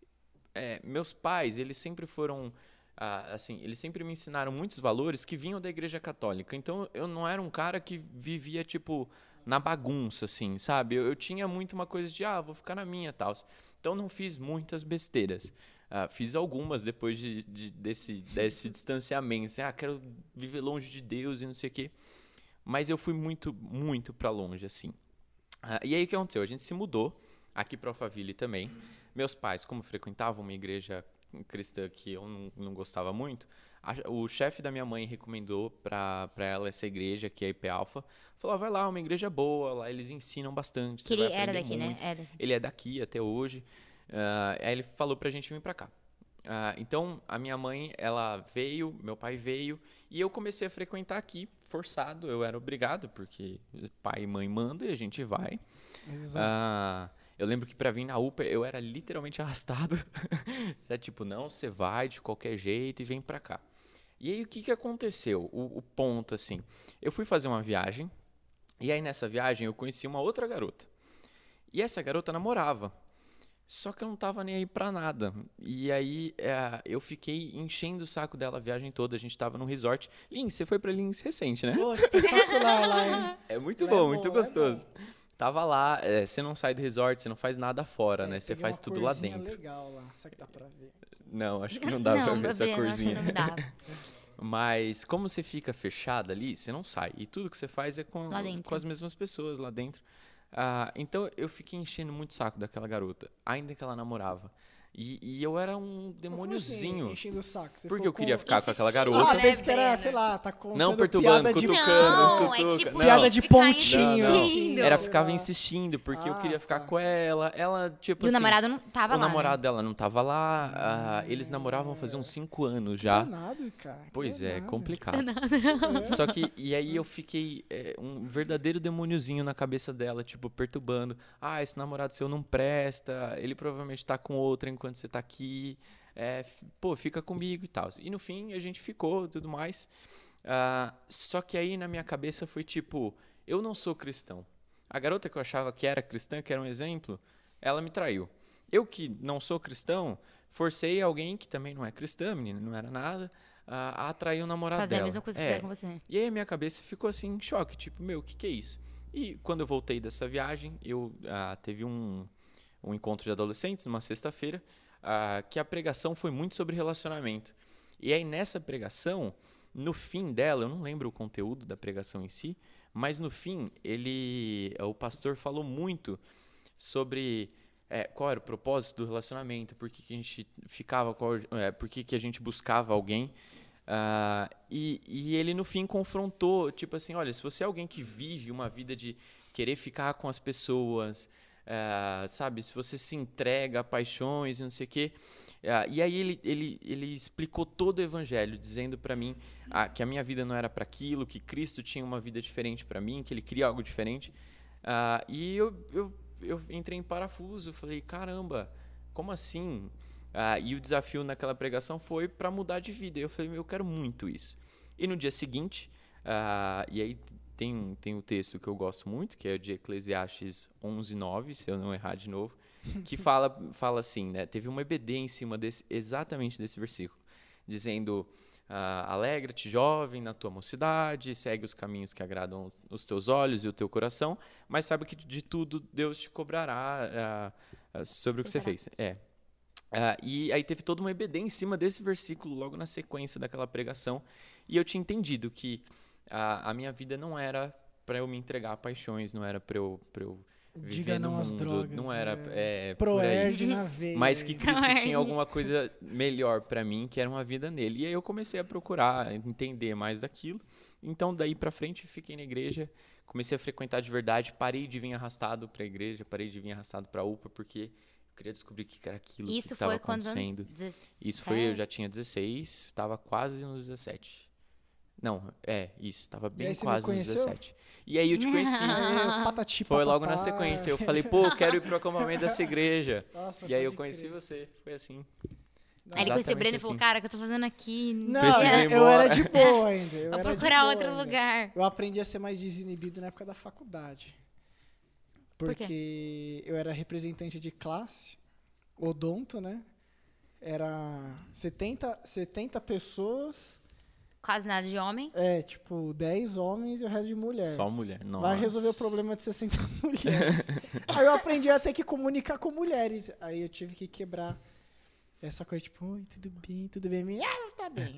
É, meus pais, eles sempre foram... Ah, assim, eles sempre me ensinaram muitos valores que vinham da igreja católica. Então, eu não era um cara que vivia, tipo, na bagunça, assim, sabe? Eu, eu tinha muito uma coisa de, ah, vou ficar na minha e tal. Então, não fiz muitas besteiras. Ah, fiz algumas depois de, de- desse, desse distanciamento. Assim, ah, quero viver longe de Deus e não sei o quê. Mas eu fui muito, muito pra longe, assim. Ah, e aí, o que aconteceu? A gente se mudou aqui pra Alphaville também. Meus pais, como frequentavam uma igreja cristã que eu não, não gostava muito, a- o chefe da minha mãe recomendou pra, pra ela essa igreja, que é a I P Alpha. Falou, ah, vai lá, uma igreja boa, lá eles ensinam bastante. Que você ele vai era aprender daqui, muito." né? Era. Ele é daqui até hoje. Ah, aí ele falou pra gente vir pra cá. Ah, então, a minha mãe, ela veio, meu pai veio, e eu comecei a frequentar aqui, forçado. Eu era obrigado, porque pai e mãe mandam e a gente vai. Exato. Ah, eu lembro que pra vir na U P A eu era literalmente arrastado. Era tipo, não, você vai de qualquer jeito e vem pra cá. E aí, o que que aconteceu? O, o ponto, assim, eu fui fazer uma viagem, e aí nessa viagem eu conheci uma outra garota. E essa garota namorava. Só que eu não tava nem aí pra nada. E aí é, eu fiquei enchendo o saco dela a viagem toda. A gente tava num resort. Lins, você foi pra Lins recente, né? Pô, espetacular lá, hein? É muito Lá é bom, bom, muito lá é gostoso. Tava lá, é, você não sai do resort, você não faz nada fora, É, né? Você peguei faz uma tudo lá corzinha dentro. legal lá. Será que dá pra ver? Não, acho que não dá pra ver essa Gabriel, acho que corzinha. não dá. Mas como você fica fechado ali, você não sai. E tudo que você faz é com, Lá dentro. com as mesmas pessoas lá dentro. Ah, então eu fiquei enchendo muito o saco daquela garota, ainda que ela namorava. E, e eu era um demôniozinho. Como assim, enchendo o saco? Você Porque ficou eu queria com- ficar com aquela Insistindo, garota. Ah, né, pensei que era, Breno? sei lá, tá contando Não perturbando, piada de cutucando, Não, é cutuca. tipo Não. Piada de ficar pontinho, insistindo. Era sei ficava lá. insistindo, porque eu Ah, queria ficar tá. com ela. Ela, tipo E o assim, namorado não tava o lá, namorado dela não tava lá. ah, eles namoravam fazia uns cinco anos já. Danado, cara. que Pois é, danado. complicado. É. Só que, e aí eu fiquei é, um verdadeiro demôniozinho na cabeça dela, tipo, perturbando. Ah, esse namorado seu não presta, ele provavelmente tá com outra enquanto você tá aqui. É, f- pô, fica comigo e tal. E no fim a gente ficou e tudo mais. Ah, só que aí na minha cabeça foi tipo, eu não sou cristão. A garota que eu achava que era cristã, que era um exemplo, ela me traiu. Eu que não sou cristão, forcei alguém que também não é cristã, menina, não era nada, a, a atrair o namorado Fazer dela. a mesma coisa que É. fizeram com você. E aí a minha cabeça ficou assim, em choque, tipo, meu, o que, que é isso? E quando eu voltei dessa viagem, eu ah, teve um, um encontro de adolescentes, numa sexta-feira, uh, que a pregação foi muito sobre relacionamento. E aí, nessa pregação, no fim dela, eu não lembro o conteúdo da pregação em si, mas no fim, ele, o pastor falou muito sobre é, qual era o propósito do relacionamento, por que, que a gente ficava, qual, é, por que, que a gente buscava alguém. Uh, e, e ele, no fim, confrontou, tipo assim, olha, se você é alguém que vive uma vida de querer ficar com as pessoas, uh, sabe, se você se entrega a paixões e não sei o quê. Uh, e aí ele, ele, ele explicou todo o evangelho, dizendo para mim uh, que a minha vida não era para aquilo, que Cristo tinha uma vida diferente para mim, que ele queria algo diferente. Uh, e eu, eu, eu entrei em parafuso, falei, caramba, como assim? Uh, e o desafio naquela pregação foi para mudar de vida. Eu falei, eu quero muito isso. E no dia seguinte, uh, e aí tem, tem um texto que eu gosto muito, que é o de Eclesiastes onze, nove, se eu não errar de novo, que fala, fala assim, né? Teve uma E B D em cima desse, exatamente desse versículo, dizendo, uh, alegra-te, jovem, na tua mocidade, segue os caminhos que agradam os teus olhos e o teu coração, mas saiba que de tudo Deus te cobrará uh, uh, sobre o que você fez. É. Uh, e aí teve toda uma E B D em cima desse versículo, logo na sequência daquela pregação, e eu tinha entendido que uh, a minha vida não era para eu me entregar a paixões, não era para eu, pra eu viver Diga no não às mundo, drogas, não era é, é, por aí, Proerd na veia. mas que Cristo tinha alguma coisa melhor para mim, que era uma vida nele. E aí eu comecei a procurar entender mais daquilo. Então daí para frente fiquei na igreja, comecei a frequentar de verdade, parei de vir arrastado para a igreja, parei de vir arrastado para a U P A, porque eu queria descobrir o que era aquilo Isso que estava acontecendo. dezesseis? Isso foi, eu já tinha dezesseis, estava quase nos dezessete. Não, é, isso, estava bem quase nos dezessete. E aí eu te conheci. É, patati, Foi logo patatá. na sequência. Eu falei, pô, eu quero ir pro acampamento dessa igreja. Nossa, e aí eu pode conheci crer. você. Foi assim. Aí ele conheceu o Exatamente Breno e falou, assim. cara, o que eu tô fazendo aqui? Não, Preciso ir eu, eu era embora. de boa ainda. Eu Vou era de procurar boa outro ainda. lugar. Eu aprendi a ser mais desinibido na época da faculdade. Por Porque eu era representante de classe, odonto, né? Era setenta, setenta pessoas, Quase nada de homem. é, tipo, dez homens e o resto de mulher. Só mulher. Nossa. Vai resolver o problema de sessenta mulheres. Aí eu aprendi a ter que comunicar com mulheres. Aí eu tive que quebrar essa coisa, tipo, oi, tudo bem, tudo bem? Minha, ah, tá bem.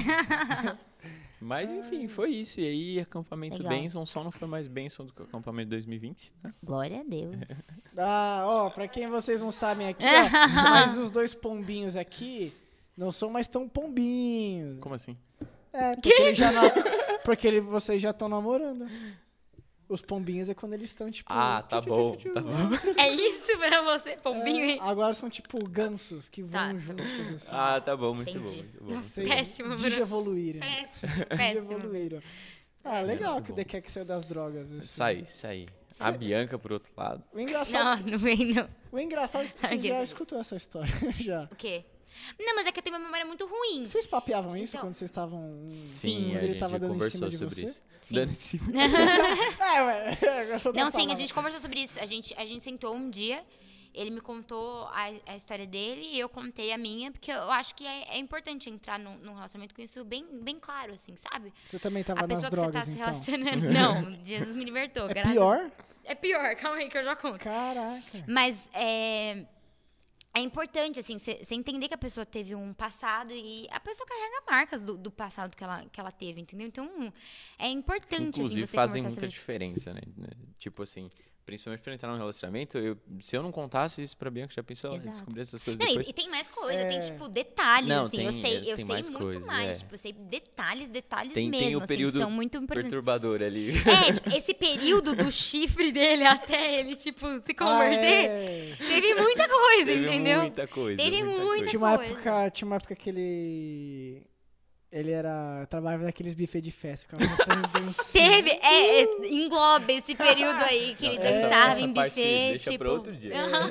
Mas enfim, foi isso. E aí, acampamento Legal. Bênção só não foi mais bênção do que o acampamento dois mil e vinte. Né? Glória a Deus. Ah, ó, pra quem vocês não sabem aqui, ó, mas os dois pombinhos aqui não são mais tão pombinhos. Como assim? É, porque, ele já na- porque ele- vocês já estão namorando. Os pombinhos é quando eles estão, tipo... Ah, tá tchu, tchu, bom, tchu, tchu, tá bom. É isso pra você, pombinho, É, hein? agora são tipo gansos que vão Tá. juntos, assim. Ah, tá bom, muito Entendi. bom. Muito bom. Nossa, Vocês péssimo, Bruno. digievoluíram. Péssimo, péssimo. Digievoluíram. Ah, legal que o The Keck saiu das drogas. Assim. Sai, sai. A Bianca, por outro lado. O engraçado, Não, não vem, não. o engraçado é que você já escutou essa história, já. O quê? Não, mas é que eu tenho uma memória muito ruim. Vocês papeavam isso Então- quando vocês estavam... Sim, quando a ele gente tava dando em cima conversou de sobre você? isso. Sim. Dando em cima. É, ué. agora eu tô Não, sim, a falando. gente conversou sobre isso. A gente, a gente sentou um dia, ele me contou a, a história dele e eu contei a minha, porque eu acho que é, é importante entrar num, num relacionamento com isso bem, bem claro, assim, sabe? Você também A tava nas pessoa que drogas, você tá então. se relacionando. Não, Jesus me libertou. É graças- pior? É pior, calma aí que eu já conto. Caraca. Mas é, é importante, assim, você entender que a pessoa teve um passado e a pessoa carrega marcas do, do passado que ela, que ela teve, entendeu? Então, é importante, Inclusive, assim, você fazem conversar muita sobre isso. diferença, né? Tipo assim, principalmente pra entrar num relacionamento, eu, se eu não contasse isso pra Bianca, já pensou, ela Exato. descobrir essas coisas Não, depois? e, e tem mais coisa, tem, É. tipo, detalhes, Não, assim. tem- eu sei, eu tem sei mais muito coisa, mais. é. Tipo, eu sei detalhes, detalhes Tem, mesmo, tem o assim, período que são muito importantes. perturbador ali. É, tipo, esse período do chifre dele até ele, tipo, se converter, Ah, é. teve muita coisa, Teve entendeu? muita coisa. Teve muita muita coisa. Tinha uma, coisa. época, tinha uma época que ele... Ele era... Trabalhava naqueles buffet de festa. Ficava fazendo dancinha. Teve, é, é, engloba esse período aí que ele Não, essa- dançava essa em parte buffet, deixa tipo... pra outro dia. Aham.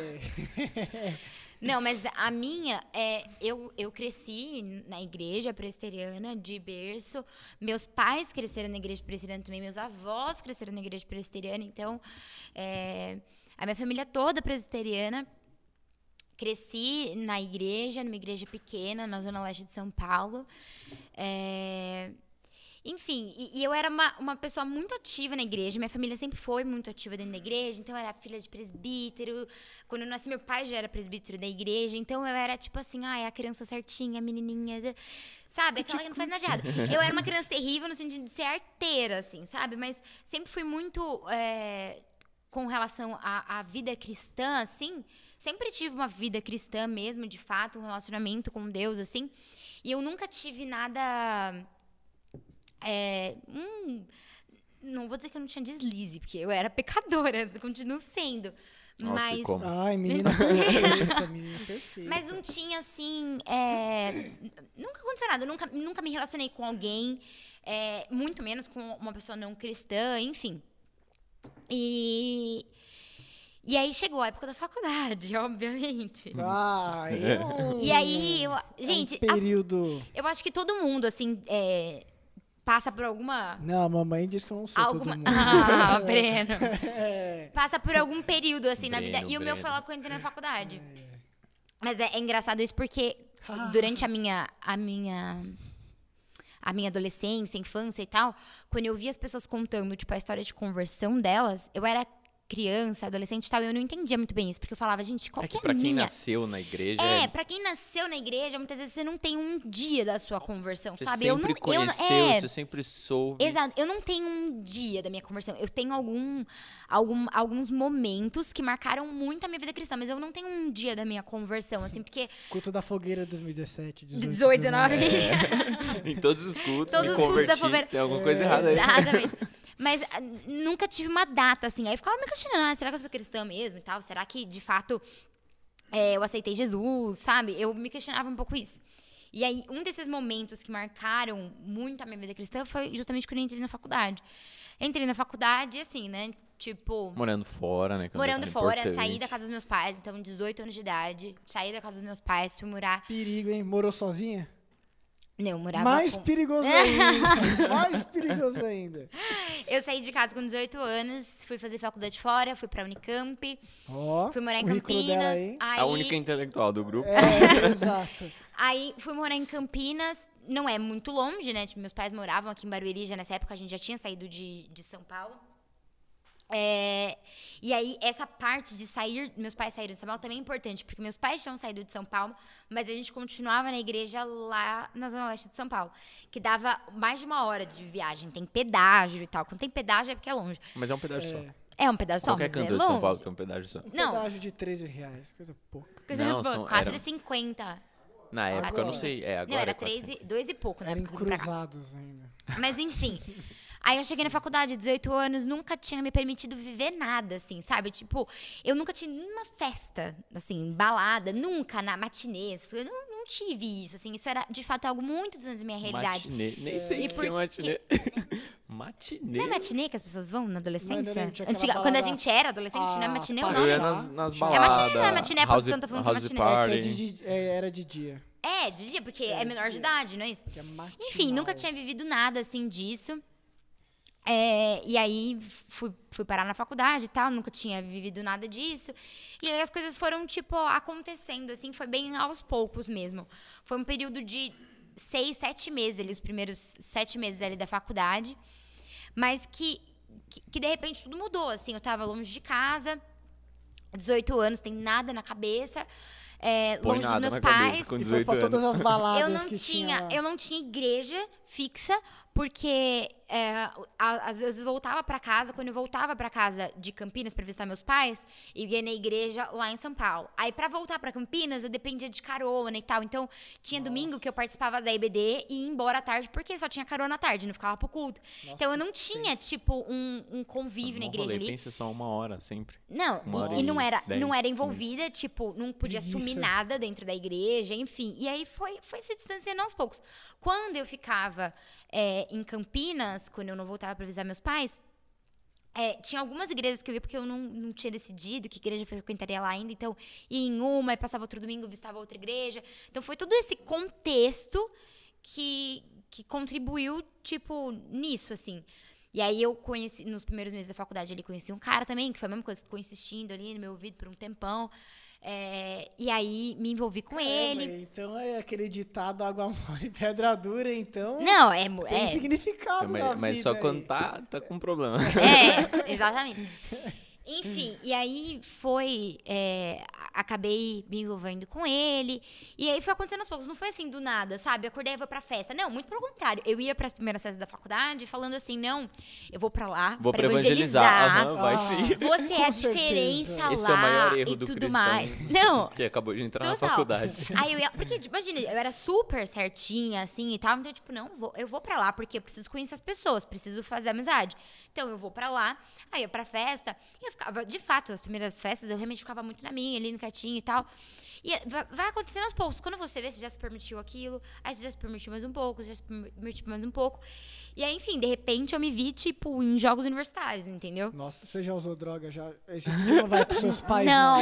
É. Não, mas a minha, é, eu, eu cresci na igreja presbiteriana de berço. Meus pais cresceram na igreja presbiteriana também. Meus avós cresceram na igreja presbiteriana. Então, é, a minha família toda presbiteriana. Cresci na igreja, numa igreja pequena, na zona leste de São Paulo. É, Enfim, e, e eu era uma, uma pessoa muito ativa na igreja. Minha família sempre foi muito ativa dentro da igreja. Então, eu era filha de presbítero. Quando eu nasci, meu pai já era presbítero da igreja. Então, eu era tipo assim, ah, é a criança certinha, a menininha... Sabe? Aquela que não faz nada de errado. Eu era uma criança terrível no sentido de ser arteira, assim, sabe? Mas sempre fui muito... É, com relação à, à vida cristã, assim... Sempre tive uma vida cristã mesmo, de fato. Um relacionamento com Deus, assim. E eu nunca tive nada... É, hum, não vou dizer que eu não tinha deslize, porque eu era pecadora, continuo sendo. Nossa, mas. como? Ai, menina perfeita, menina perfeita. Mas não tinha, assim. É, nunca aconteceu nada. Eu nunca, nunca me relacionei com alguém, é, muito menos com uma pessoa não cristã, enfim. E. E aí chegou a época da faculdade, obviamente. Ah, eu... E aí, eu, gente. É um período. A, eu acho que todo mundo, assim. É, passa por alguma... Não, a mamãe diz que eu não sou alguma... todo mundo. Ah, Breno. É. Passa por algum período, assim, Breno, na vida. E o meu Breno. foi logo quando eu entrei na faculdade. É. Mas é, é engraçado isso porque Ah. durante a minha, a minha... A minha adolescência, infância e tal, quando eu via as pessoas contando, tipo, a história de conversão delas, eu era criança, adolescente e tal, e eu não entendia muito bem isso, porque eu falava, gente, qual É que que é a pra quem minha... nasceu na igreja... É, pra quem nasceu na igreja, muitas vezes você não tem um dia da sua conversão, Você sabe? sempre eu não, conheceu, eu, é, você sempre soube. Exato. Eu não tenho um dia da minha conversão. Eu tenho algum, algum, alguns momentos que marcaram muito a minha vida cristã, mas eu não tenho um dia da minha conversão, assim, porque... Culto da Fogueira dois mil e dezessete, dezoito, dezoito, dezenove... É. Em todos os cultos, Todos me os cultos da converti, Fogueira. tem alguma coisa errada aí. Exatamente. Mas ah, nunca tive uma data, assim. Aí eu ficava me questionando, ah, será que eu sou cristã mesmo e tal? Será que, de fato, é, eu aceitei Jesus, sabe? Eu me questionava um pouco isso. E aí, um desses momentos que marcaram muito a minha vida cristã foi justamente quando eu entrei na faculdade. Entrei na faculdade, assim, né? Tipo... Morando fora, né? que é um Morando detalhe fora, importante. saí da casa dos meus pais, então, dezoito anos de idade. Saí da casa dos meus pais, fui morar... Perigo, hein? Morou sozinha? Não, eu morava Mais com... perigoso ainda. Mais perigoso ainda. Eu saí de casa com dezoito anos, fui fazer faculdade fora, fui pra Unicamp, Ó, fui morar em currículo Campinas. dela aí. Aí, A única intelectual do grupo. É, exato. aí fui morar em Campinas, não é muito longe, né? Tipo, meus pais moravam aqui em Barueri, já nessa época a gente já tinha saído de, de São Paulo. É, e aí, essa parte de sair, meus pais saíram de São Paulo também é importante, porque meus pais tinham saído de São Paulo, mas a gente continuava na igreja lá na Zona Leste de São Paulo, que dava mais de uma hora de viagem, tem pedágio e tal. Quando tem pedágio é porque é longe. Mas é um pedaço só. É, É um pedágio só, Qualquer mas é cantor longe. de São Paulo tem um pedágio só. um Não. pedágio de treze reais, coisa pouca. Coisa Não, boa, são- quatro era- e cinquenta. Na época, eu não Agora. sei. É, agora Não, era é três quatrocentos. e, dois e pouco, né? Eram Porque eu vim pra cá. cruzados ainda. Mas enfim. Aí eu cheguei na faculdade, dezoito anos, nunca tinha me permitido viver nada, assim, sabe? Tipo, eu nunca tive nenhuma festa, assim, balada, nunca na matinê. essas coisas. Eu não, não tive isso, assim. Isso era, de fato, algo muito distante da minha realidade. Matinê. Nem sei E o que por é matinê. Matinê? Não é matinê que as pessoas vão na adolescência? Não, eu lembro, tinha aquela Antiga, quando a balada- gente era adolescente, não é Ah, matinê o pá. Eu nome? ia nas, nas É baladas. matinê, não é matinê, porque house, o Santa falando que é house matinê. É, party. que é de, di- é, era de dia. É, de dia, porque é, É, de menor de dia. idade, não é isso? Que é matinal. Enfim, nunca tinha vivido nada assim disso. É, e aí fui, fui parar na faculdade e tal, nunca tinha vivido nada disso. E aí as coisas foram, tipo, acontecendo, assim, foi bem aos poucos mesmo. Foi um período de seis, sete meses ali, os primeiros sete meses ali da faculdade. Mas que, que, que de repente tudo mudou, assim, eu tava longe de casa, dezoito anos, tem nada na cabeça. É, Põe longe dos nada meus na pais. cabeça com E foi dezoito pra todas anos. as baladas Eu não que tinha, tinha lá. eu não tinha igreja fixa, porque é, a- às vezes voltava pra casa, quando eu voltava pra casa de Campinas pra visitar meus pais, eu ia na igreja lá em São Paulo. Aí pra voltar pra Campinas, eu dependia de carona e tal. Então, tinha domingo que eu participava da I B D e ia embora à tarde, porque só tinha carona à tarde, não ficava pro culto. então eu não tinha, tipo, um, um convívio na Um igreja rolê, ali. Pensa só uma hora, sempre. Não, Uma hora e, e e não era, dez, não era quinze. envolvida, tipo, não podia Preguiça. assumir nada dentro da igreja, enfim. E aí foi, foi se distanciando aos poucos. Quando eu ficava é, em Campinas, quando eu não voltava para visitar meus pais, é, tinha algumas igrejas que eu ia porque eu não, não tinha decidido que igreja eu frequentaria lá ainda. Então, ia em uma, e passava outro domingo, visitava outra igreja. Então, foi todo esse contexto que, que contribuiu, tipo, nisso, assim. E aí eu conheci, nos primeiros meses da faculdade ali, conheci um cara também, que foi a mesma coisa, ficou insistindo ali no meu ouvido por um tempão. É, e aí me envolvi com Caramba, ele. Então é aquele ditado água mole, pedra dura, então Não, é... tem é significado na Mas, mas vida só aí. quando tá, tá com problema. É, exatamente. Enfim, e aí foi. É, acabei me envolvendo com ele. E aí foi acontecendo aos poucos. Não foi assim do nada, sabe? Eu acordei e vou pra festa. Não, muito pelo contrário. Eu ia pras primeiras festas da faculdade falando assim: não, eu vou pra lá Vou pra pra evangelizar. evangelizar. Aham, vai Ah. sim. Você é a Com certeza. diferença Esse lá é o maior erro e do tudo cristão. mais. Não, Que acabou de entrar na total. faculdade. Aí eu ia, porque, tipo, imagina, eu era super certinha, assim, e tal, então, tipo, não, vou, eu vou pra lá, porque eu preciso conhecer as pessoas, preciso fazer amizade. Então, eu vou pra lá, aí eu ia pra festa, e eu ficava, de fato, as primeiras festas, eu realmente ficava muito na minha, ali no quietinho e tal. E vai, vai acontecendo aos poucos, quando você vê, você já se permitiu aquilo, aí você já se permitiu mais um pouco, você já se permitiu mais um pouco. E aí, enfim, de repente, eu me vi, tipo, em jogos universitários, entendeu? Nossa, você já usou droga? Já? Esse vídeo não vai pros seus pais, Não.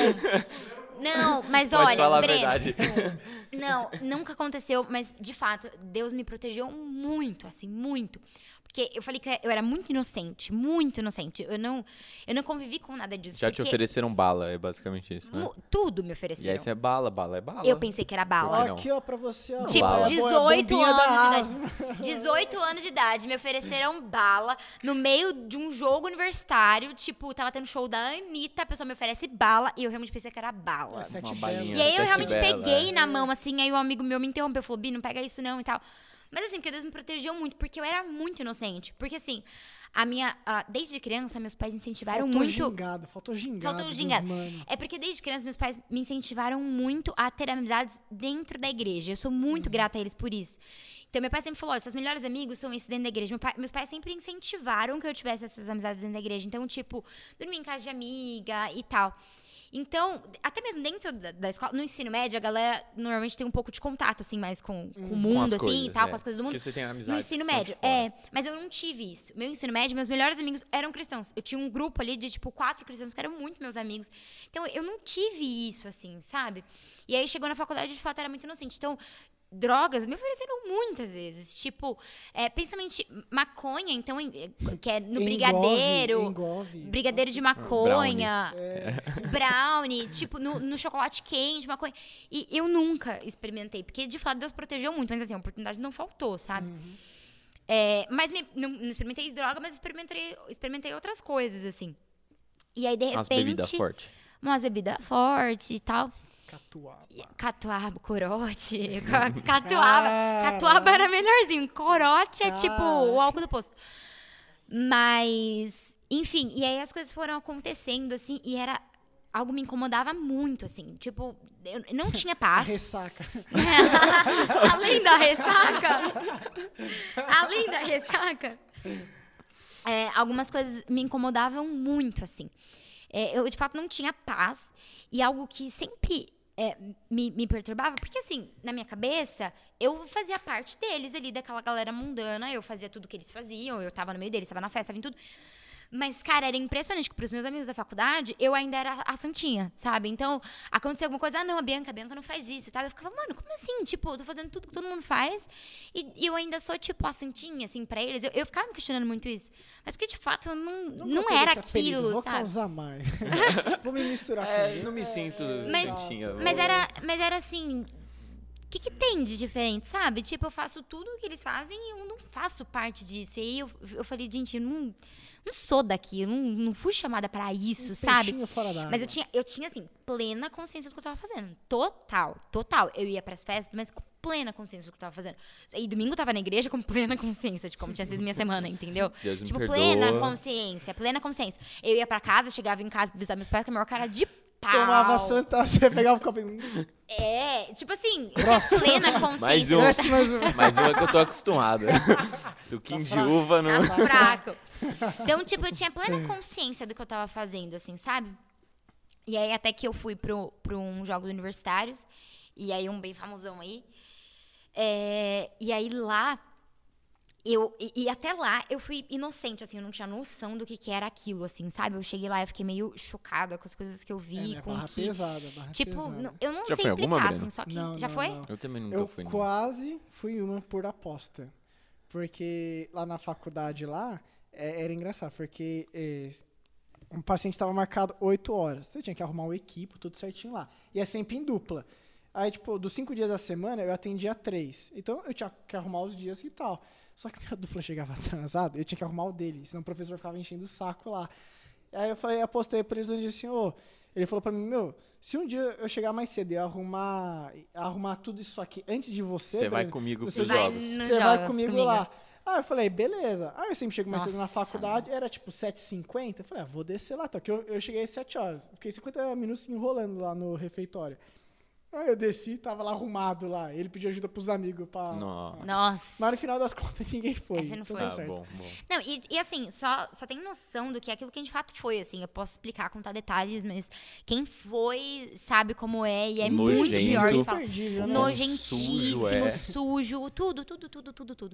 Não, mas Pode olha, falar a Breno, verdade. não, nunca aconteceu, mas de fato, Deus me protegeu muito, assim, muito. Porque eu falei que eu era muito inocente, muito inocente. Eu não, eu não convivi com nada disso. Já te porque ofereceram bala, é basicamente isso, né? mu- tudo me E aí ofereceram. você é bala, bala é bala. Eu pensei que era Ó, bala. não. aqui, ó, pra você, ó. Tipo, Bala. É bo- é dezoito bombinha da anos de asma. idade. dezoito anos de idade, me ofereceram bala no meio de um jogo universitário. Tipo, tava tendo show da Anitta, a pessoa me oferece bala e eu realmente pensei que era bala. É, sete Uma belas. balinha. E aí eu Sete realmente bela, peguei é. na mão, assim, aí o amigo meu me interrompeu, falou, Bi, não pega isso não e tal. Mas assim, porque Deus me protegeu muito, porque eu era muito inocente. Porque assim, a minha, ah, desde criança, meus pais incentivaram Faltou muito... gingado, faltou gingado. Faltou dos gingado. mano. É porque desde criança meus pais me incentivaram muito a ter amizades dentro da igreja. Eu sou muito grata a eles por isso. Então meu pai sempre falou, seus melhores amigos são esses dentro da igreja. Meu pai- meus pais sempre incentivaram que eu tivesse essas amizades dentro da igreja. Então, tipo, dormir em casa de amiga e tal. Então, até mesmo dentro da, da escola, no ensino médio, a galera normalmente tem um pouco de contato, assim, mais com, com o mundo, Com as assim, coisas, e tal, é. com as coisas do mundo. Porque você tem No amizades ensino que são de médio, fora. é. Mas eu não tive isso. Meu ensino médio, meus melhores amigos eram cristãos. Eu tinha um grupo ali de, tipo, quatro cristãos que eram muito meus amigos. Então, eu não tive isso, assim, sabe? E aí, chegou na faculdade, de fato, era muito inocente. Então, drogas me ofereceram muitas vezes. Tipo, é, principalmente maconha, então, em- que é no Engove, brigadeiro. engove. Brigadeiro de maconha, brownie, tipo, no, no chocolate quente, maconha. E eu nunca experimentei, porque de fato Deus protegeu muito, mas assim, a oportunidade não faltou, sabe? Uhum. É, mas me- não, não experimentei droga, mas experimentei, experimentei outras coisas, assim. E aí, de repente. As bebidas fortes. Umas bebidas fortes e tal. Catuaba. Catuaba, corote. ca- Catuaba. Caraca. Catuaba era melhorzinho. Corote é tipo o Caraca. álcool do posto. Mas, enfim, e aí as coisas foram acontecendo, assim, e era. Algo me incomodava muito, assim. Tipo, eu não tinha A paz. ressaca. Além da ressaca. Além da ressaca. é, algumas coisas me incomodavam muito, assim. É, eu, de fato, não tinha paz. E algo que sempre é, me, me perturbava, porque, assim, na minha cabeça, eu fazia parte deles ali, daquela galera mundana. Eu fazia tudo que eles faziam, eu tava no meio deles, tava na festa, tava em tudo. Mas, cara, era impressionante que pros meus amigos da faculdade, eu ainda era a santinha, sabe? Então, acontecia alguma coisa, ah, não, a Bianca, a Bianca não faz isso, tá? Eu ficava, mano, como assim? Tipo, eu tô fazendo tudo que todo mundo faz e, e eu ainda sou, tipo, a santinha, assim, pra eles. Eu, eu ficava me questionando muito isso. Mas porque, de fato, eu não, não, gostei era desse apelido, aquilo, Vou sabe? causar mais. Vou me misturar com É, ele. não me sinto Mas- santinha. Mas era, mas era assim... O que, que tem de diferente, sabe? Tipo, eu faço tudo o que eles fazem e eu não faço parte disso. E aí eu, eu falei, gente, eu não, não sou daqui, eu não, não fui chamada pra isso, Um sabe? peixinho fora d'água. Mas eu tinha, eu tinha, assim, plena consciência do que eu tava fazendo. Total, total. Eu ia pras festas, mas com plena consciência do que eu tava fazendo. E domingo eu tava na igreja com plena consciência de como tinha sido minha semana, entendeu? Deus me tipo, perdoa. plena consciência, plena consciência. Eu ia pra casa, chegava em casa pra visitar meus pais com a maior cara de pau. Tomava santa, você pegava o copinho. É, tipo assim, eu tinha plena consciência. Mais um. Desce mais um. Mas uma que eu tô acostumado. Suquinho de uva, não. Tá fraco. Então, tipo, eu tinha plena consciência do que eu tava fazendo, assim, sabe? E aí, até que eu fui pro, pro um jogos universitários. E aí, um bem famosão aí. É, e aí, lá... Eu, e, e até lá, eu fui inocente, assim. Eu não tinha noção do que, que era aquilo, assim, sabe? Eu cheguei lá e fiquei meio chocada com as coisas que eu vi. É, minha com barra que... pesada, barra Tipo, pesada. não- eu não Já sei foi alguma, explicar, Breno? assim, só que... Não, já não, foi? não. Eu também nunca Eu fui. não. quase fui uma por aposta. Porque lá na faculdade lá, é- era engraçado, porque é, um paciente estava marcado oito horas. Você tinha que arrumar o equipo, tudo certinho lá. E é sempre em dupla. Aí, tipo, dos cinco dias da semana, eu atendia três. Então, eu tinha que arrumar os dias e tal. Só que minha dupla chegava atrasada, eu tinha que arrumar o dele. Senão o professor ficava enchendo o saco lá. Aí eu falei, apostei por eles e disse assim, ô... Ele falou pra mim, meu, se um dia eu chegar mais cedo e arrumar, arrumar tudo isso aqui antes de você... Você vai Breno, comigo pros você jogos. Você vai comigo, comigo lá. Aí eu falei, beleza. Aí eu sempre chego mais Nossa, cedo na faculdade, era tipo sete e cinquenta. Eu falei, ah, vou descer lá. Tá? Que eu, eu cheguei às sete horas. Fiquei cinquenta minutos enrolando lá no refeitório. Aí eu desci, tava lá arrumado lá. Ele pediu ajuda pros amigos pra... Nossa. Nossa. Mas no final das contas ninguém foi. Essa não então foi. deu Ah, certo. bom, bom. Não, e, e assim, só, só tem noção do que é aquilo que a gente de fato foi, assim. Eu posso explicar, contar detalhes, mas quem foi sabe como é. E é Nojento. muito pior que fala. Imperdível, né? Nojentíssimo, Sujo, é. sujo, tudo, tudo, tudo, tudo, tudo.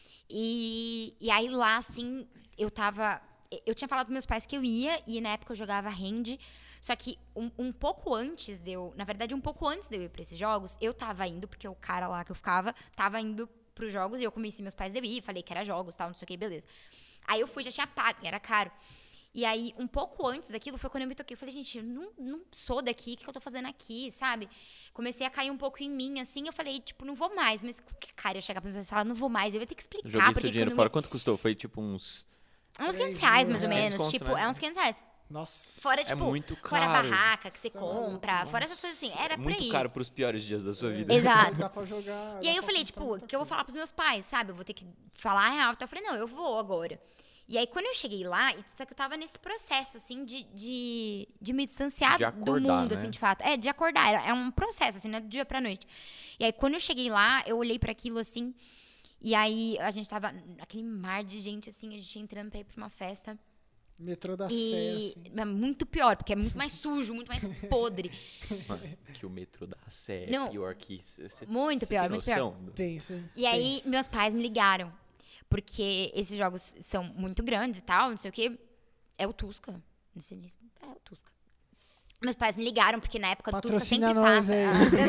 E, e aí lá, assim, eu tava... Eu tinha falado pros meus pais que eu ia, e na época eu jogava hand. Só que um, um pouco antes de eu... Na verdade, um pouco antes de eu ir pra esses jogos, eu tava indo, porque o cara lá que eu ficava tava indo pros jogos, e eu convenci meus pais de eu ir, falei que era jogos, tal, não sei o que, beleza. Aí eu fui, já tinha pago, era caro. E aí, um pouco antes daquilo, foi quando eu me toquei. Eu falei, gente, eu não, não sou daqui, o que, que eu tô fazendo aqui, sabe? Comecei a cair um pouco em mim, assim, eu falei, tipo, não vou mais. Mas como que, cara, eu chegar pra pessoa e falar, não vou mais, eu ia ter que explicar. Joguei porque seu dinheiro quando fora. me- Quanto custou? Foi tipo uns... Uns Três quinhentos reais, mil mais ou reais. menos. Conto, Tipo, né? é uns quinhentos reais. Nossa. Fora, tipo, É muito fora a caro. barraca que você Tá maluco, compra, fora essas coisas assim. Era por Muito aí. caro pros piores dias da sua vida. Exato. Dá pra jogar... E dá aí eu pra falei, comprar tipo, muita o que eu vou coisa. falar pros meus pais, sabe? Eu vou ter que falar a real. Então eu falei, não, eu vou agora. E aí, quando eu cheguei lá, e só que eu tava nesse processo, assim, de, de, de me distanciar De do acordar, mundo, né? assim, de fato. É, de acordar. Era- É um processo, assim, não é do dia pra noite. E aí, quando eu cheguei lá, eu olhei pra aquilo, assim, e aí a gente tava naquele mar de gente, assim, a gente entrando pra ir pra uma festa. Metrô da Sé, E assim. é muito pior, porque é muito mais sujo, muito mais podre. Mano, que o metrô da Sé é Não. pior que isso. Cê- Muito cê pior, tem muito pior. noção? Tem, sim. E aí, Tem. meus pais me ligaram. Porque esses jogos são muito grandes e tal, não sei o quê. É o Tusca. Não sei nem se- É o Tusca. Meus pais me ligaram, porque na época do Tusca Patrocina sempre nós passa.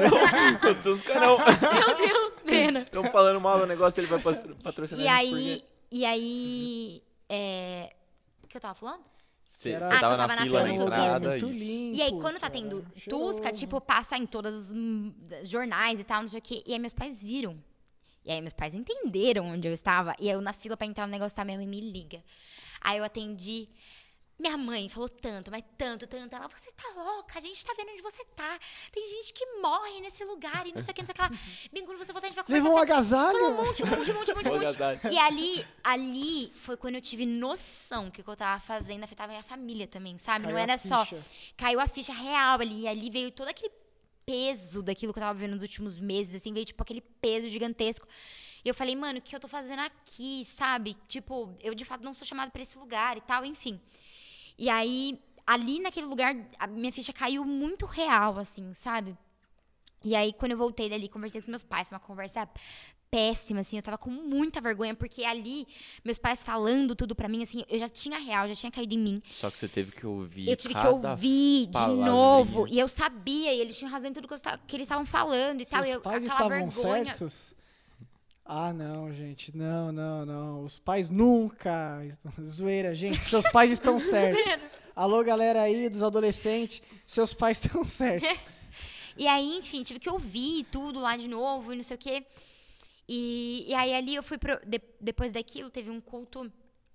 aí. Tusca não. Meu Deus, pena. Estão falando mal do negócio, ele vai patro- patrocinar E a gente por aí, quê? e aí. É... O que eu tava falando? Você Ah, você que eu tava, tava na na fila fila na do Tuca, entrada, muito isso. limpo, E aí, quando tá que tendo era Tusca, cheiroso. tipo, passa em todos os hum, jornais e tal, não sei o quê. E aí, meus pais viram. E aí, meus pais entenderam onde eu estava. E eu, na fila pra entrar no negócio, tá, minha mãe me liga. Aí, eu atendi. Minha mãe falou tanto, mas tanto, tanto. Ela, você tá louca, a gente tá vendo onde você tá. Tem gente que morre nesse lugar e não sei o que, não sei o que lá. Bem, quando você voltar, a gente vai conversar. Levou um sobre- agasalho? Falou um monte, um monte, um monte, um monte, um monte. Agasalho. E ali, ali foi quando eu tive noção que o que eu tava fazendo afetava a minha família também, sabe? Caiu não a era só... ficha. Caiu a ficha real ali. E ali veio todo aquele peso daquilo que eu tava vivendo nos últimos meses, assim. Veio, tipo, aquele peso gigantesco. E eu falei, mano, o que eu tô fazendo aqui, sabe? Tipo, eu, de fato, não sou chamada pra esse lugar e tal, enfim. E aí, ali naquele lugar, a minha ficha caiu muito real, assim, sabe? E aí, quando eu voltei dali, conversei com os meus pais, uma conversa péssima, assim, eu tava com muita vergonha, porque ali, meus pais falando tudo pra mim, assim, eu já tinha real, já tinha caído em mim. Só que você teve que ouvir Eu tive que cada ouvir de palavrinha. novo, e eu sabia, e eles tinham razão em tudo que, eu esta- que eles estavam falando e tal, e Seus eu, pais aquela estavam vergonha... certos? Ah, não, gente. Não, não, não. Os pais nunca. Zoeira, gente. Seus pais estão certos. Alô, galera aí dos adolescentes. Seus pais estão certos. E aí, enfim, tive que ouvir tudo lá de novo e não sei o quê. E, e aí, ali eu fui pro, de- depois daquilo, teve um culto.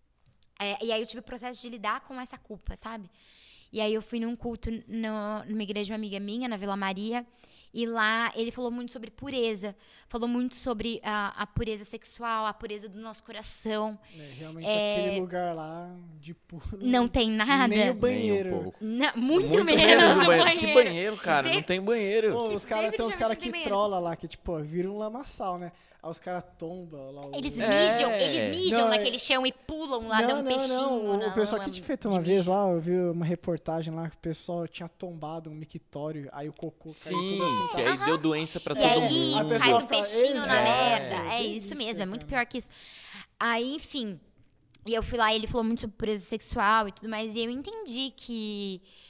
É, e aí eu tive o processo de lidar com essa culpa, sabe? E aí eu fui num culto no, numa igreja de uma amiga minha, na Vila Maria. E lá ele falou muito sobre pureza. Falou muito sobre a, a pureza sexual, a pureza do nosso coração. É, realmente, É, aquele lugar lá de puro. Não tem nada. Nem o banheiro. Nem um pouco. Não, muito, Muito menos o o banheiro. banheiro. Que banheiro, cara? Tem- Não tem banheiro. Pô, os cara, tem uns definitivamente caras não que tem banheiro. trola lá, que tipo, ó, viram um lamaçal, né? Aí os caras tombam lá. o- Eles É. mijam, eles mijam Não, é- naquele chão e pulam lá, dão não, um não, peixinho. não. O não, pessoal é que te fez de uma vez mijo. lá, eu vi uma reportagem lá que o pessoal tinha tombado um mictório, aí o cocô caiu Sim, tudo assim. que aí deu doença pra E todo aí mundo. A faz pessoa um fala, peixinho na "Exato, merda. É que isso isso, mesmo, é muito cara." pior que isso. Aí, enfim. E eu fui lá e ele falou muito sobre pureza sexual e tudo mais. E eu entendi que,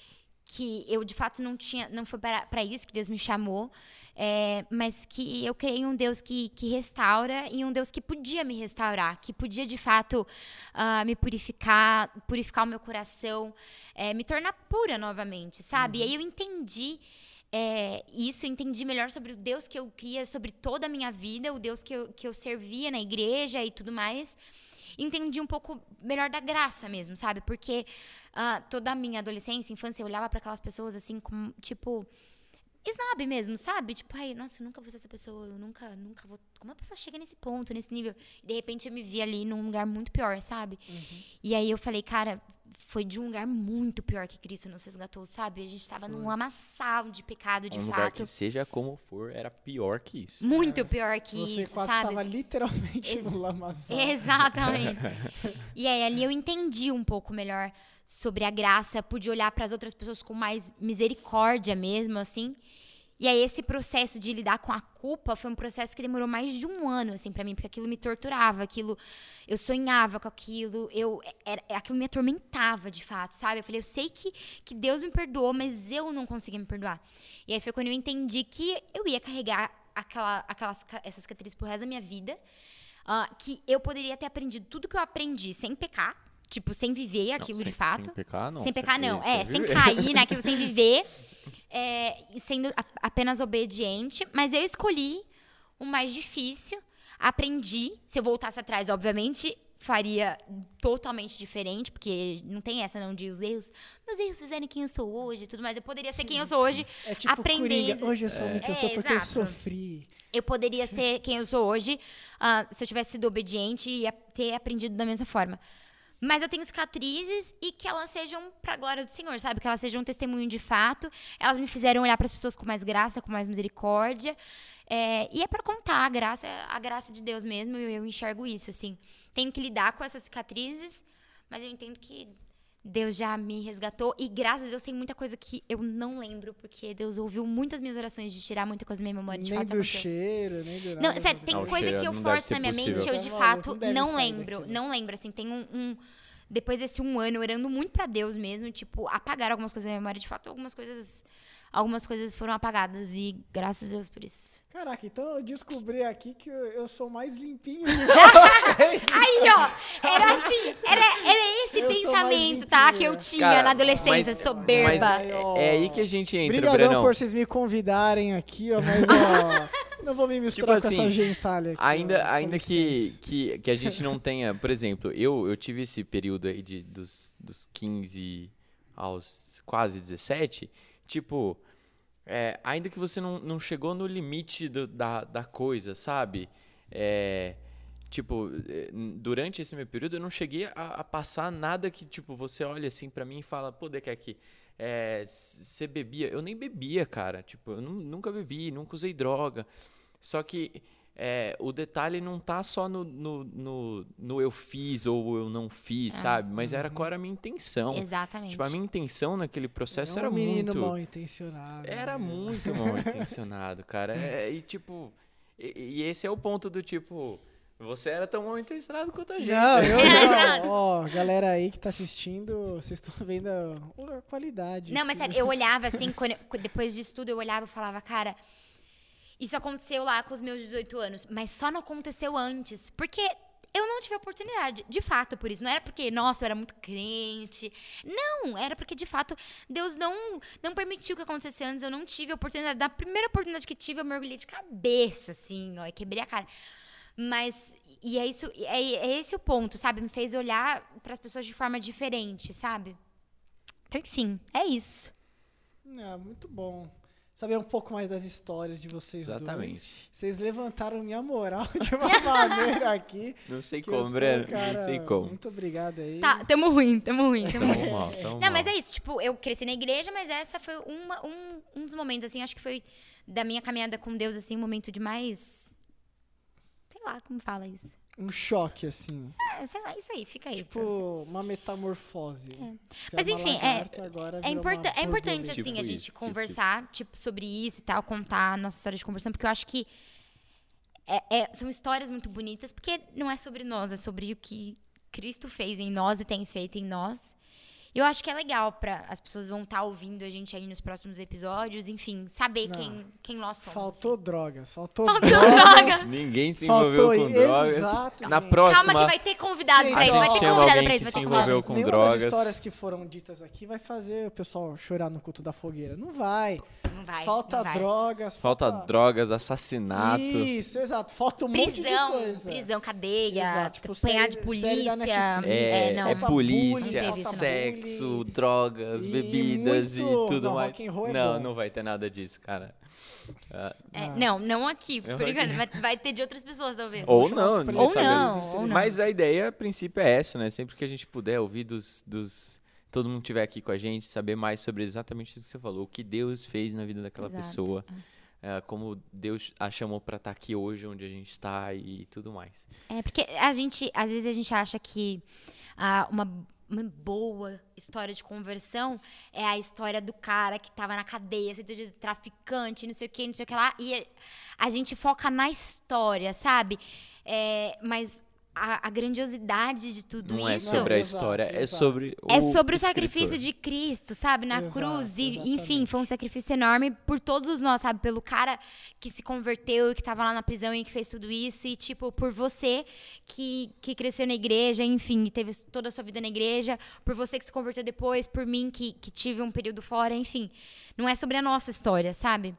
que eu, de fato, não tinha, não foi para isso que Deus me chamou, é, mas que eu creio em um Deus que, que restaura e um Deus que podia me restaurar, que podia, de fato, uh, me purificar, purificar o meu coração, é, me tornar pura novamente, sabe? Uhum. E aí eu entendi é, isso, eu entendi melhor sobre o Deus que eu cria, sobre toda a minha vida, o Deus que eu, que eu servia na igreja e tudo mais. Entendi um pouco melhor da graça mesmo, sabe? Porque uh, toda a minha adolescência, infância, eu olhava para aquelas pessoas assim, como, tipo, snob mesmo, sabe? Tipo, ai, nossa, eu nunca vou ser essa pessoa, eu nunca, nunca vou... Como a pessoa chega nesse ponto, nesse nível? E, de repente, eu me vi ali num lugar muito pior, sabe? Uhum. E aí eu falei, cara, foi de um lugar muito pior que Cristo nos resgatou, sabe? A gente tava foi. num lamaçal de pecado, de um fato. Um lugar que, seja como for, era pior que isso. Muito é. pior que Você isso, quase sabe? tava literalmente Ex- no lamaçal. Exatamente. E aí, ali eu entendi um pouco melhor sobre a graça, pude olhar para as outras pessoas com mais misericórdia mesmo, assim. E aí, esse processo de lidar com a culpa foi um processo que demorou mais de um ano, assim, pra mim. Porque aquilo me torturava, aquilo... Eu sonhava com aquilo, eu, era, aquilo me atormentava, de fato, sabe? Eu falei, eu sei que, que Deus me perdoou, mas eu não conseguia me perdoar. E aí, foi quando eu entendi que eu ia carregar aquela, aquelas, essas cicatrizes pro resto da minha vida. Uh, que eu poderia ter aprendido tudo que eu aprendi sem pecar. Tipo, sem viver aquilo não, sem, de fato. Sem pecar, não. Sem pecar, sem, não. sem É, viver. sem cair naquilo, sem viver. É, sendo a, apenas obediente. Mas eu escolhi o mais difícil. Aprendi. Se eu voltasse atrás, obviamente, faria totalmente diferente. Porque não tem essa, não, de os erros. Meus erros fizeram quem eu sou hoje e tudo mais. Eu poderia ser quem eu sou hoje, é tipo aprendendo. Coringa. Hoje eu sou o é. que eu sou porque exato. eu sofri. Eu poderia ser quem eu sou hoje uh, se eu tivesse sido obediente e ter aprendido da mesma forma. Mas eu tenho cicatrizes e que elas sejam pra glória do Senhor, sabe? Que elas sejam um testemunho de fato. Elas me fizeram olhar para as pessoas com mais graça, com mais misericórdia. É, e é pra contar a graça, a graça de Deus mesmo. E eu, eu enxergo isso, assim. Tenho que lidar com essas cicatrizes, mas eu entendo que Deus já me resgatou. E graças a Deus tem muita coisa que eu não lembro, porque Deus ouviu muitas minhas orações de tirar muita coisa da minha memória. De nem fato, do cheiro, nem do nada. Não, sério, tem não, coisa que eu forço na minha possível. mente, eu de Tá fato maluco, não não deve lembro. daqui, né? Não lembro, assim, tem um, um... Depois desse um ano orando muito pra Deus mesmo, tipo, apagar algumas coisas da minha memória. De fato, algumas coisas... Algumas coisas foram apagadas e graças a Deus por isso. Caraca, então eu descobri aqui que eu, eu sou mais limpinho de vocês. Aí, ó, era assim, era, era esse eu pensamento, tá, que eu tinha Cara, na adolescência, mas, soberba. Mas é, é aí que a gente entra, Obrigadão Brenão. por vocês me convidarem aqui, ó, mas ó, não vou me misturar tipo com assim, essa gentalha aqui. Ainda, ó, ainda que, que, que a gente não tenha, por exemplo, eu, eu tive esse período aí de, dos, dos quinze aos quase dezessete, tipo... É, ainda que você não, não chegou no limite do, da, da coisa, sabe? É, tipo, durante esse meu período eu não cheguei a, a passar nada que, tipo, você olha assim pra mim e fala, pô, Deca, aqui, é, você bebia? Eu nem bebia, cara. Tipo, eu não, nunca bebi, nunca usei droga. Só que é, o detalhe não tá só no, no, no, no eu fiz ou eu não fiz, é. sabe? Mas era qual era a minha intenção. Exatamente. Tipo, a minha intenção naquele processo é um era menino muito... mal intencionado. Era mesmo. muito mal intencionado, cara. É, e tipo... E, e esse é o ponto do tipo... Você era tão mal intencionado quanto a gente. Não, eu não. Ó, galera aí que tá assistindo, vocês estão vendo a qualidade. Não, mas sério, eu olhava assim, quando eu, depois disso tudo, eu olhava e falava, cara... Isso aconteceu lá com os meus dezoito anos, mas só não aconteceu antes, porque eu não tive oportunidade, de fato, por isso. Não era porque, nossa, eu era muito crente. Não, era porque, de fato, Deus não, não permitiu que acontecesse antes. Eu não tive oportunidade. Na primeira oportunidade que tive, eu mergulhei de cabeça, assim, ó, e quebrei a cara. Mas, e é, isso, é, é esse o ponto, sabe? Me fez olhar para as pessoas de forma diferente, sabe? Então, enfim, é isso. É, muito bom. Saber um pouco mais das histórias de vocês Exatamente. dois. Vocês levantaram minha moral de uma maneira aqui. Não sei como, Breno. Não sei como. Muito obrigado aí. Tá, tamo ruim, tamo ruim. Tamo, tamo ruim. mal, tamo Não, mal. mas é isso. Tipo, eu cresci na igreja, mas essa foi uma, um, um dos momentos, assim, acho que foi da minha caminhada com Deus, assim, um momento de mais... Sei lá como fala isso. Um choque, assim. É, sei lá, isso aí, fica aí. Tipo, uma metamorfose. É. Você Mas é uma enfim, lagarta, é, agora é, virou importa, uma é importante, borboleta. assim, Tipo a gente isso, tipo conversar tipo, sobre isso e tal, contar a nossa história de conversão, porque eu acho que é, é, são histórias muito bonitas, porque não é sobre nós, é sobre o que Cristo fez em nós e tem feito em nós. eu acho que é legal pra... As pessoas vão estar ouvindo a gente aí nos próximos episódios. Enfim, saber Não. quem, quem nós somos. Faltou assim. drogas. Faltou, Faltou drogas. drogas. Ninguém se envolveu Faltou, com drogas. exato, Na gente. próxima, Calma que vai ter convidado Gente, pra isso. ó, Vai ter chama convidado alguém pra que isso. Vai se ter envolveu convidado. com Nenhuma drogas. das histórias que foram ditas aqui vai fazer o pessoal chorar no culto da fogueira. Não vai. Não vai. Falta não vai. drogas. falta drogas, assassinato. Isso, exato. Falta um monte de Prisão, coisa. prisão, cadeia, Exato, tipo, apanhar de série- série da polícia. Netflix. É, É, não. é Falta polícia, bullying, falta sexo, bullying. drogas, E bebidas e muito- tudo não, mais. rock and roll é não, bom. não vai ter nada disso, cara. Ah, É, Ah. não, não aqui, Eu por aqui. enquanto. Vai, vai ter de outras pessoas, talvez. ou chamar os não, presos não Ou sabemos. não, ou não. Mas a ideia, a princípio, é essa, né? Sempre que a gente puder ouvir dos, dos... Todo mundo estiver aqui com a gente, saber mais sobre exatamente isso que você falou. O que Deus fez na vida daquela Exato. pessoa. é, como Deus a chamou pra estar aqui hoje, onde a gente está e tudo mais. É, porque a gente, às vezes a gente acha que ah, uma, uma boa história de conversão é a história do cara que tava na cadeia, seja traficante, não sei o que, não sei o que lá. E a gente foca na história, sabe? É, mas a, a grandiosidade de tudo Não é isso... sobre a Exato, história, é exato. sobre o É sobre o escritor. sacrifício de Cristo, sabe? Na Exato, cruz. E, enfim, exatamente. foi um sacrifício enorme por todos nós, sabe? Pelo cara que se converteu e que tava lá na prisão e que fez tudo isso. E, tipo, por você que, que cresceu na igreja, enfim, e teve toda a sua vida na igreja. Por você que se converteu depois. Por mim que, que tive um período fora, enfim. Não é sobre a nossa história, sabe?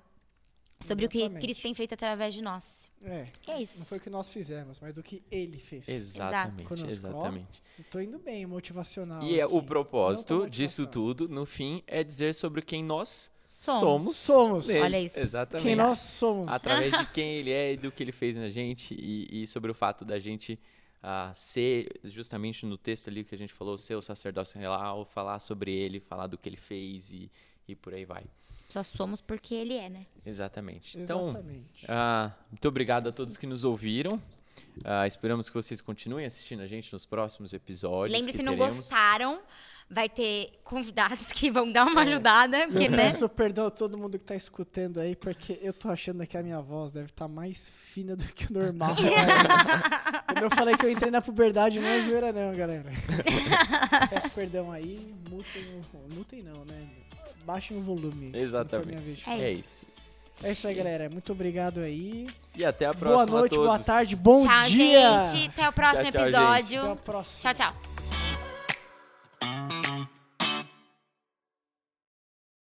É sobre o que Exatamente. Cristo tem feito através de nós. É, É isso. não foi o que nós fizemos, mas do que ele fez. Exatamente, Conosco, ó. exatamente. Eu tô indo bem, motivacional. E é, aqui. o propósito Não tô disso motivacional. tudo, no fim, é dizer sobre quem nós Somos. somos. Somos. nele. Olha isso. Exatamente. Quem nós somos. Através de quem ele é e do que ele fez na gente e, e sobre o fato da gente ah, ser, justamente no texto ali que a gente falou, ser o sacerdócio real, falar sobre ele, falar do que ele fez e, e por aí vai. Só somos porque ele é, né? Exatamente. Então, Exatamente. ah, muito obrigado a todos que nos ouviram. Ah, esperamos que vocês continuem assistindo a gente nos próximos episódios. Lembre-se, que se não teremos. gostaram, vai ter convidados que vão dar uma ajudada, porque, Eu né? peço perdão a todo mundo que tá escutando aí, porque eu tô achando que a minha voz deve estar mais fina do que o normal. Como eu falei que eu entrei na puberdade, não é zoeira não, galera. Peço perdão aí, mutem, o- mutem não, né? Baixem o volume. Exatamente. quando for minha vez de É falar. É isso. isso. É isso aí, galera. Muito obrigado aí. E até a próxima Boa noite, a todos. boa tarde, bom Tchau, dia. gente. Até o próximo Tchau, tchau, episódio. Até a próxima. Tchau, tchau.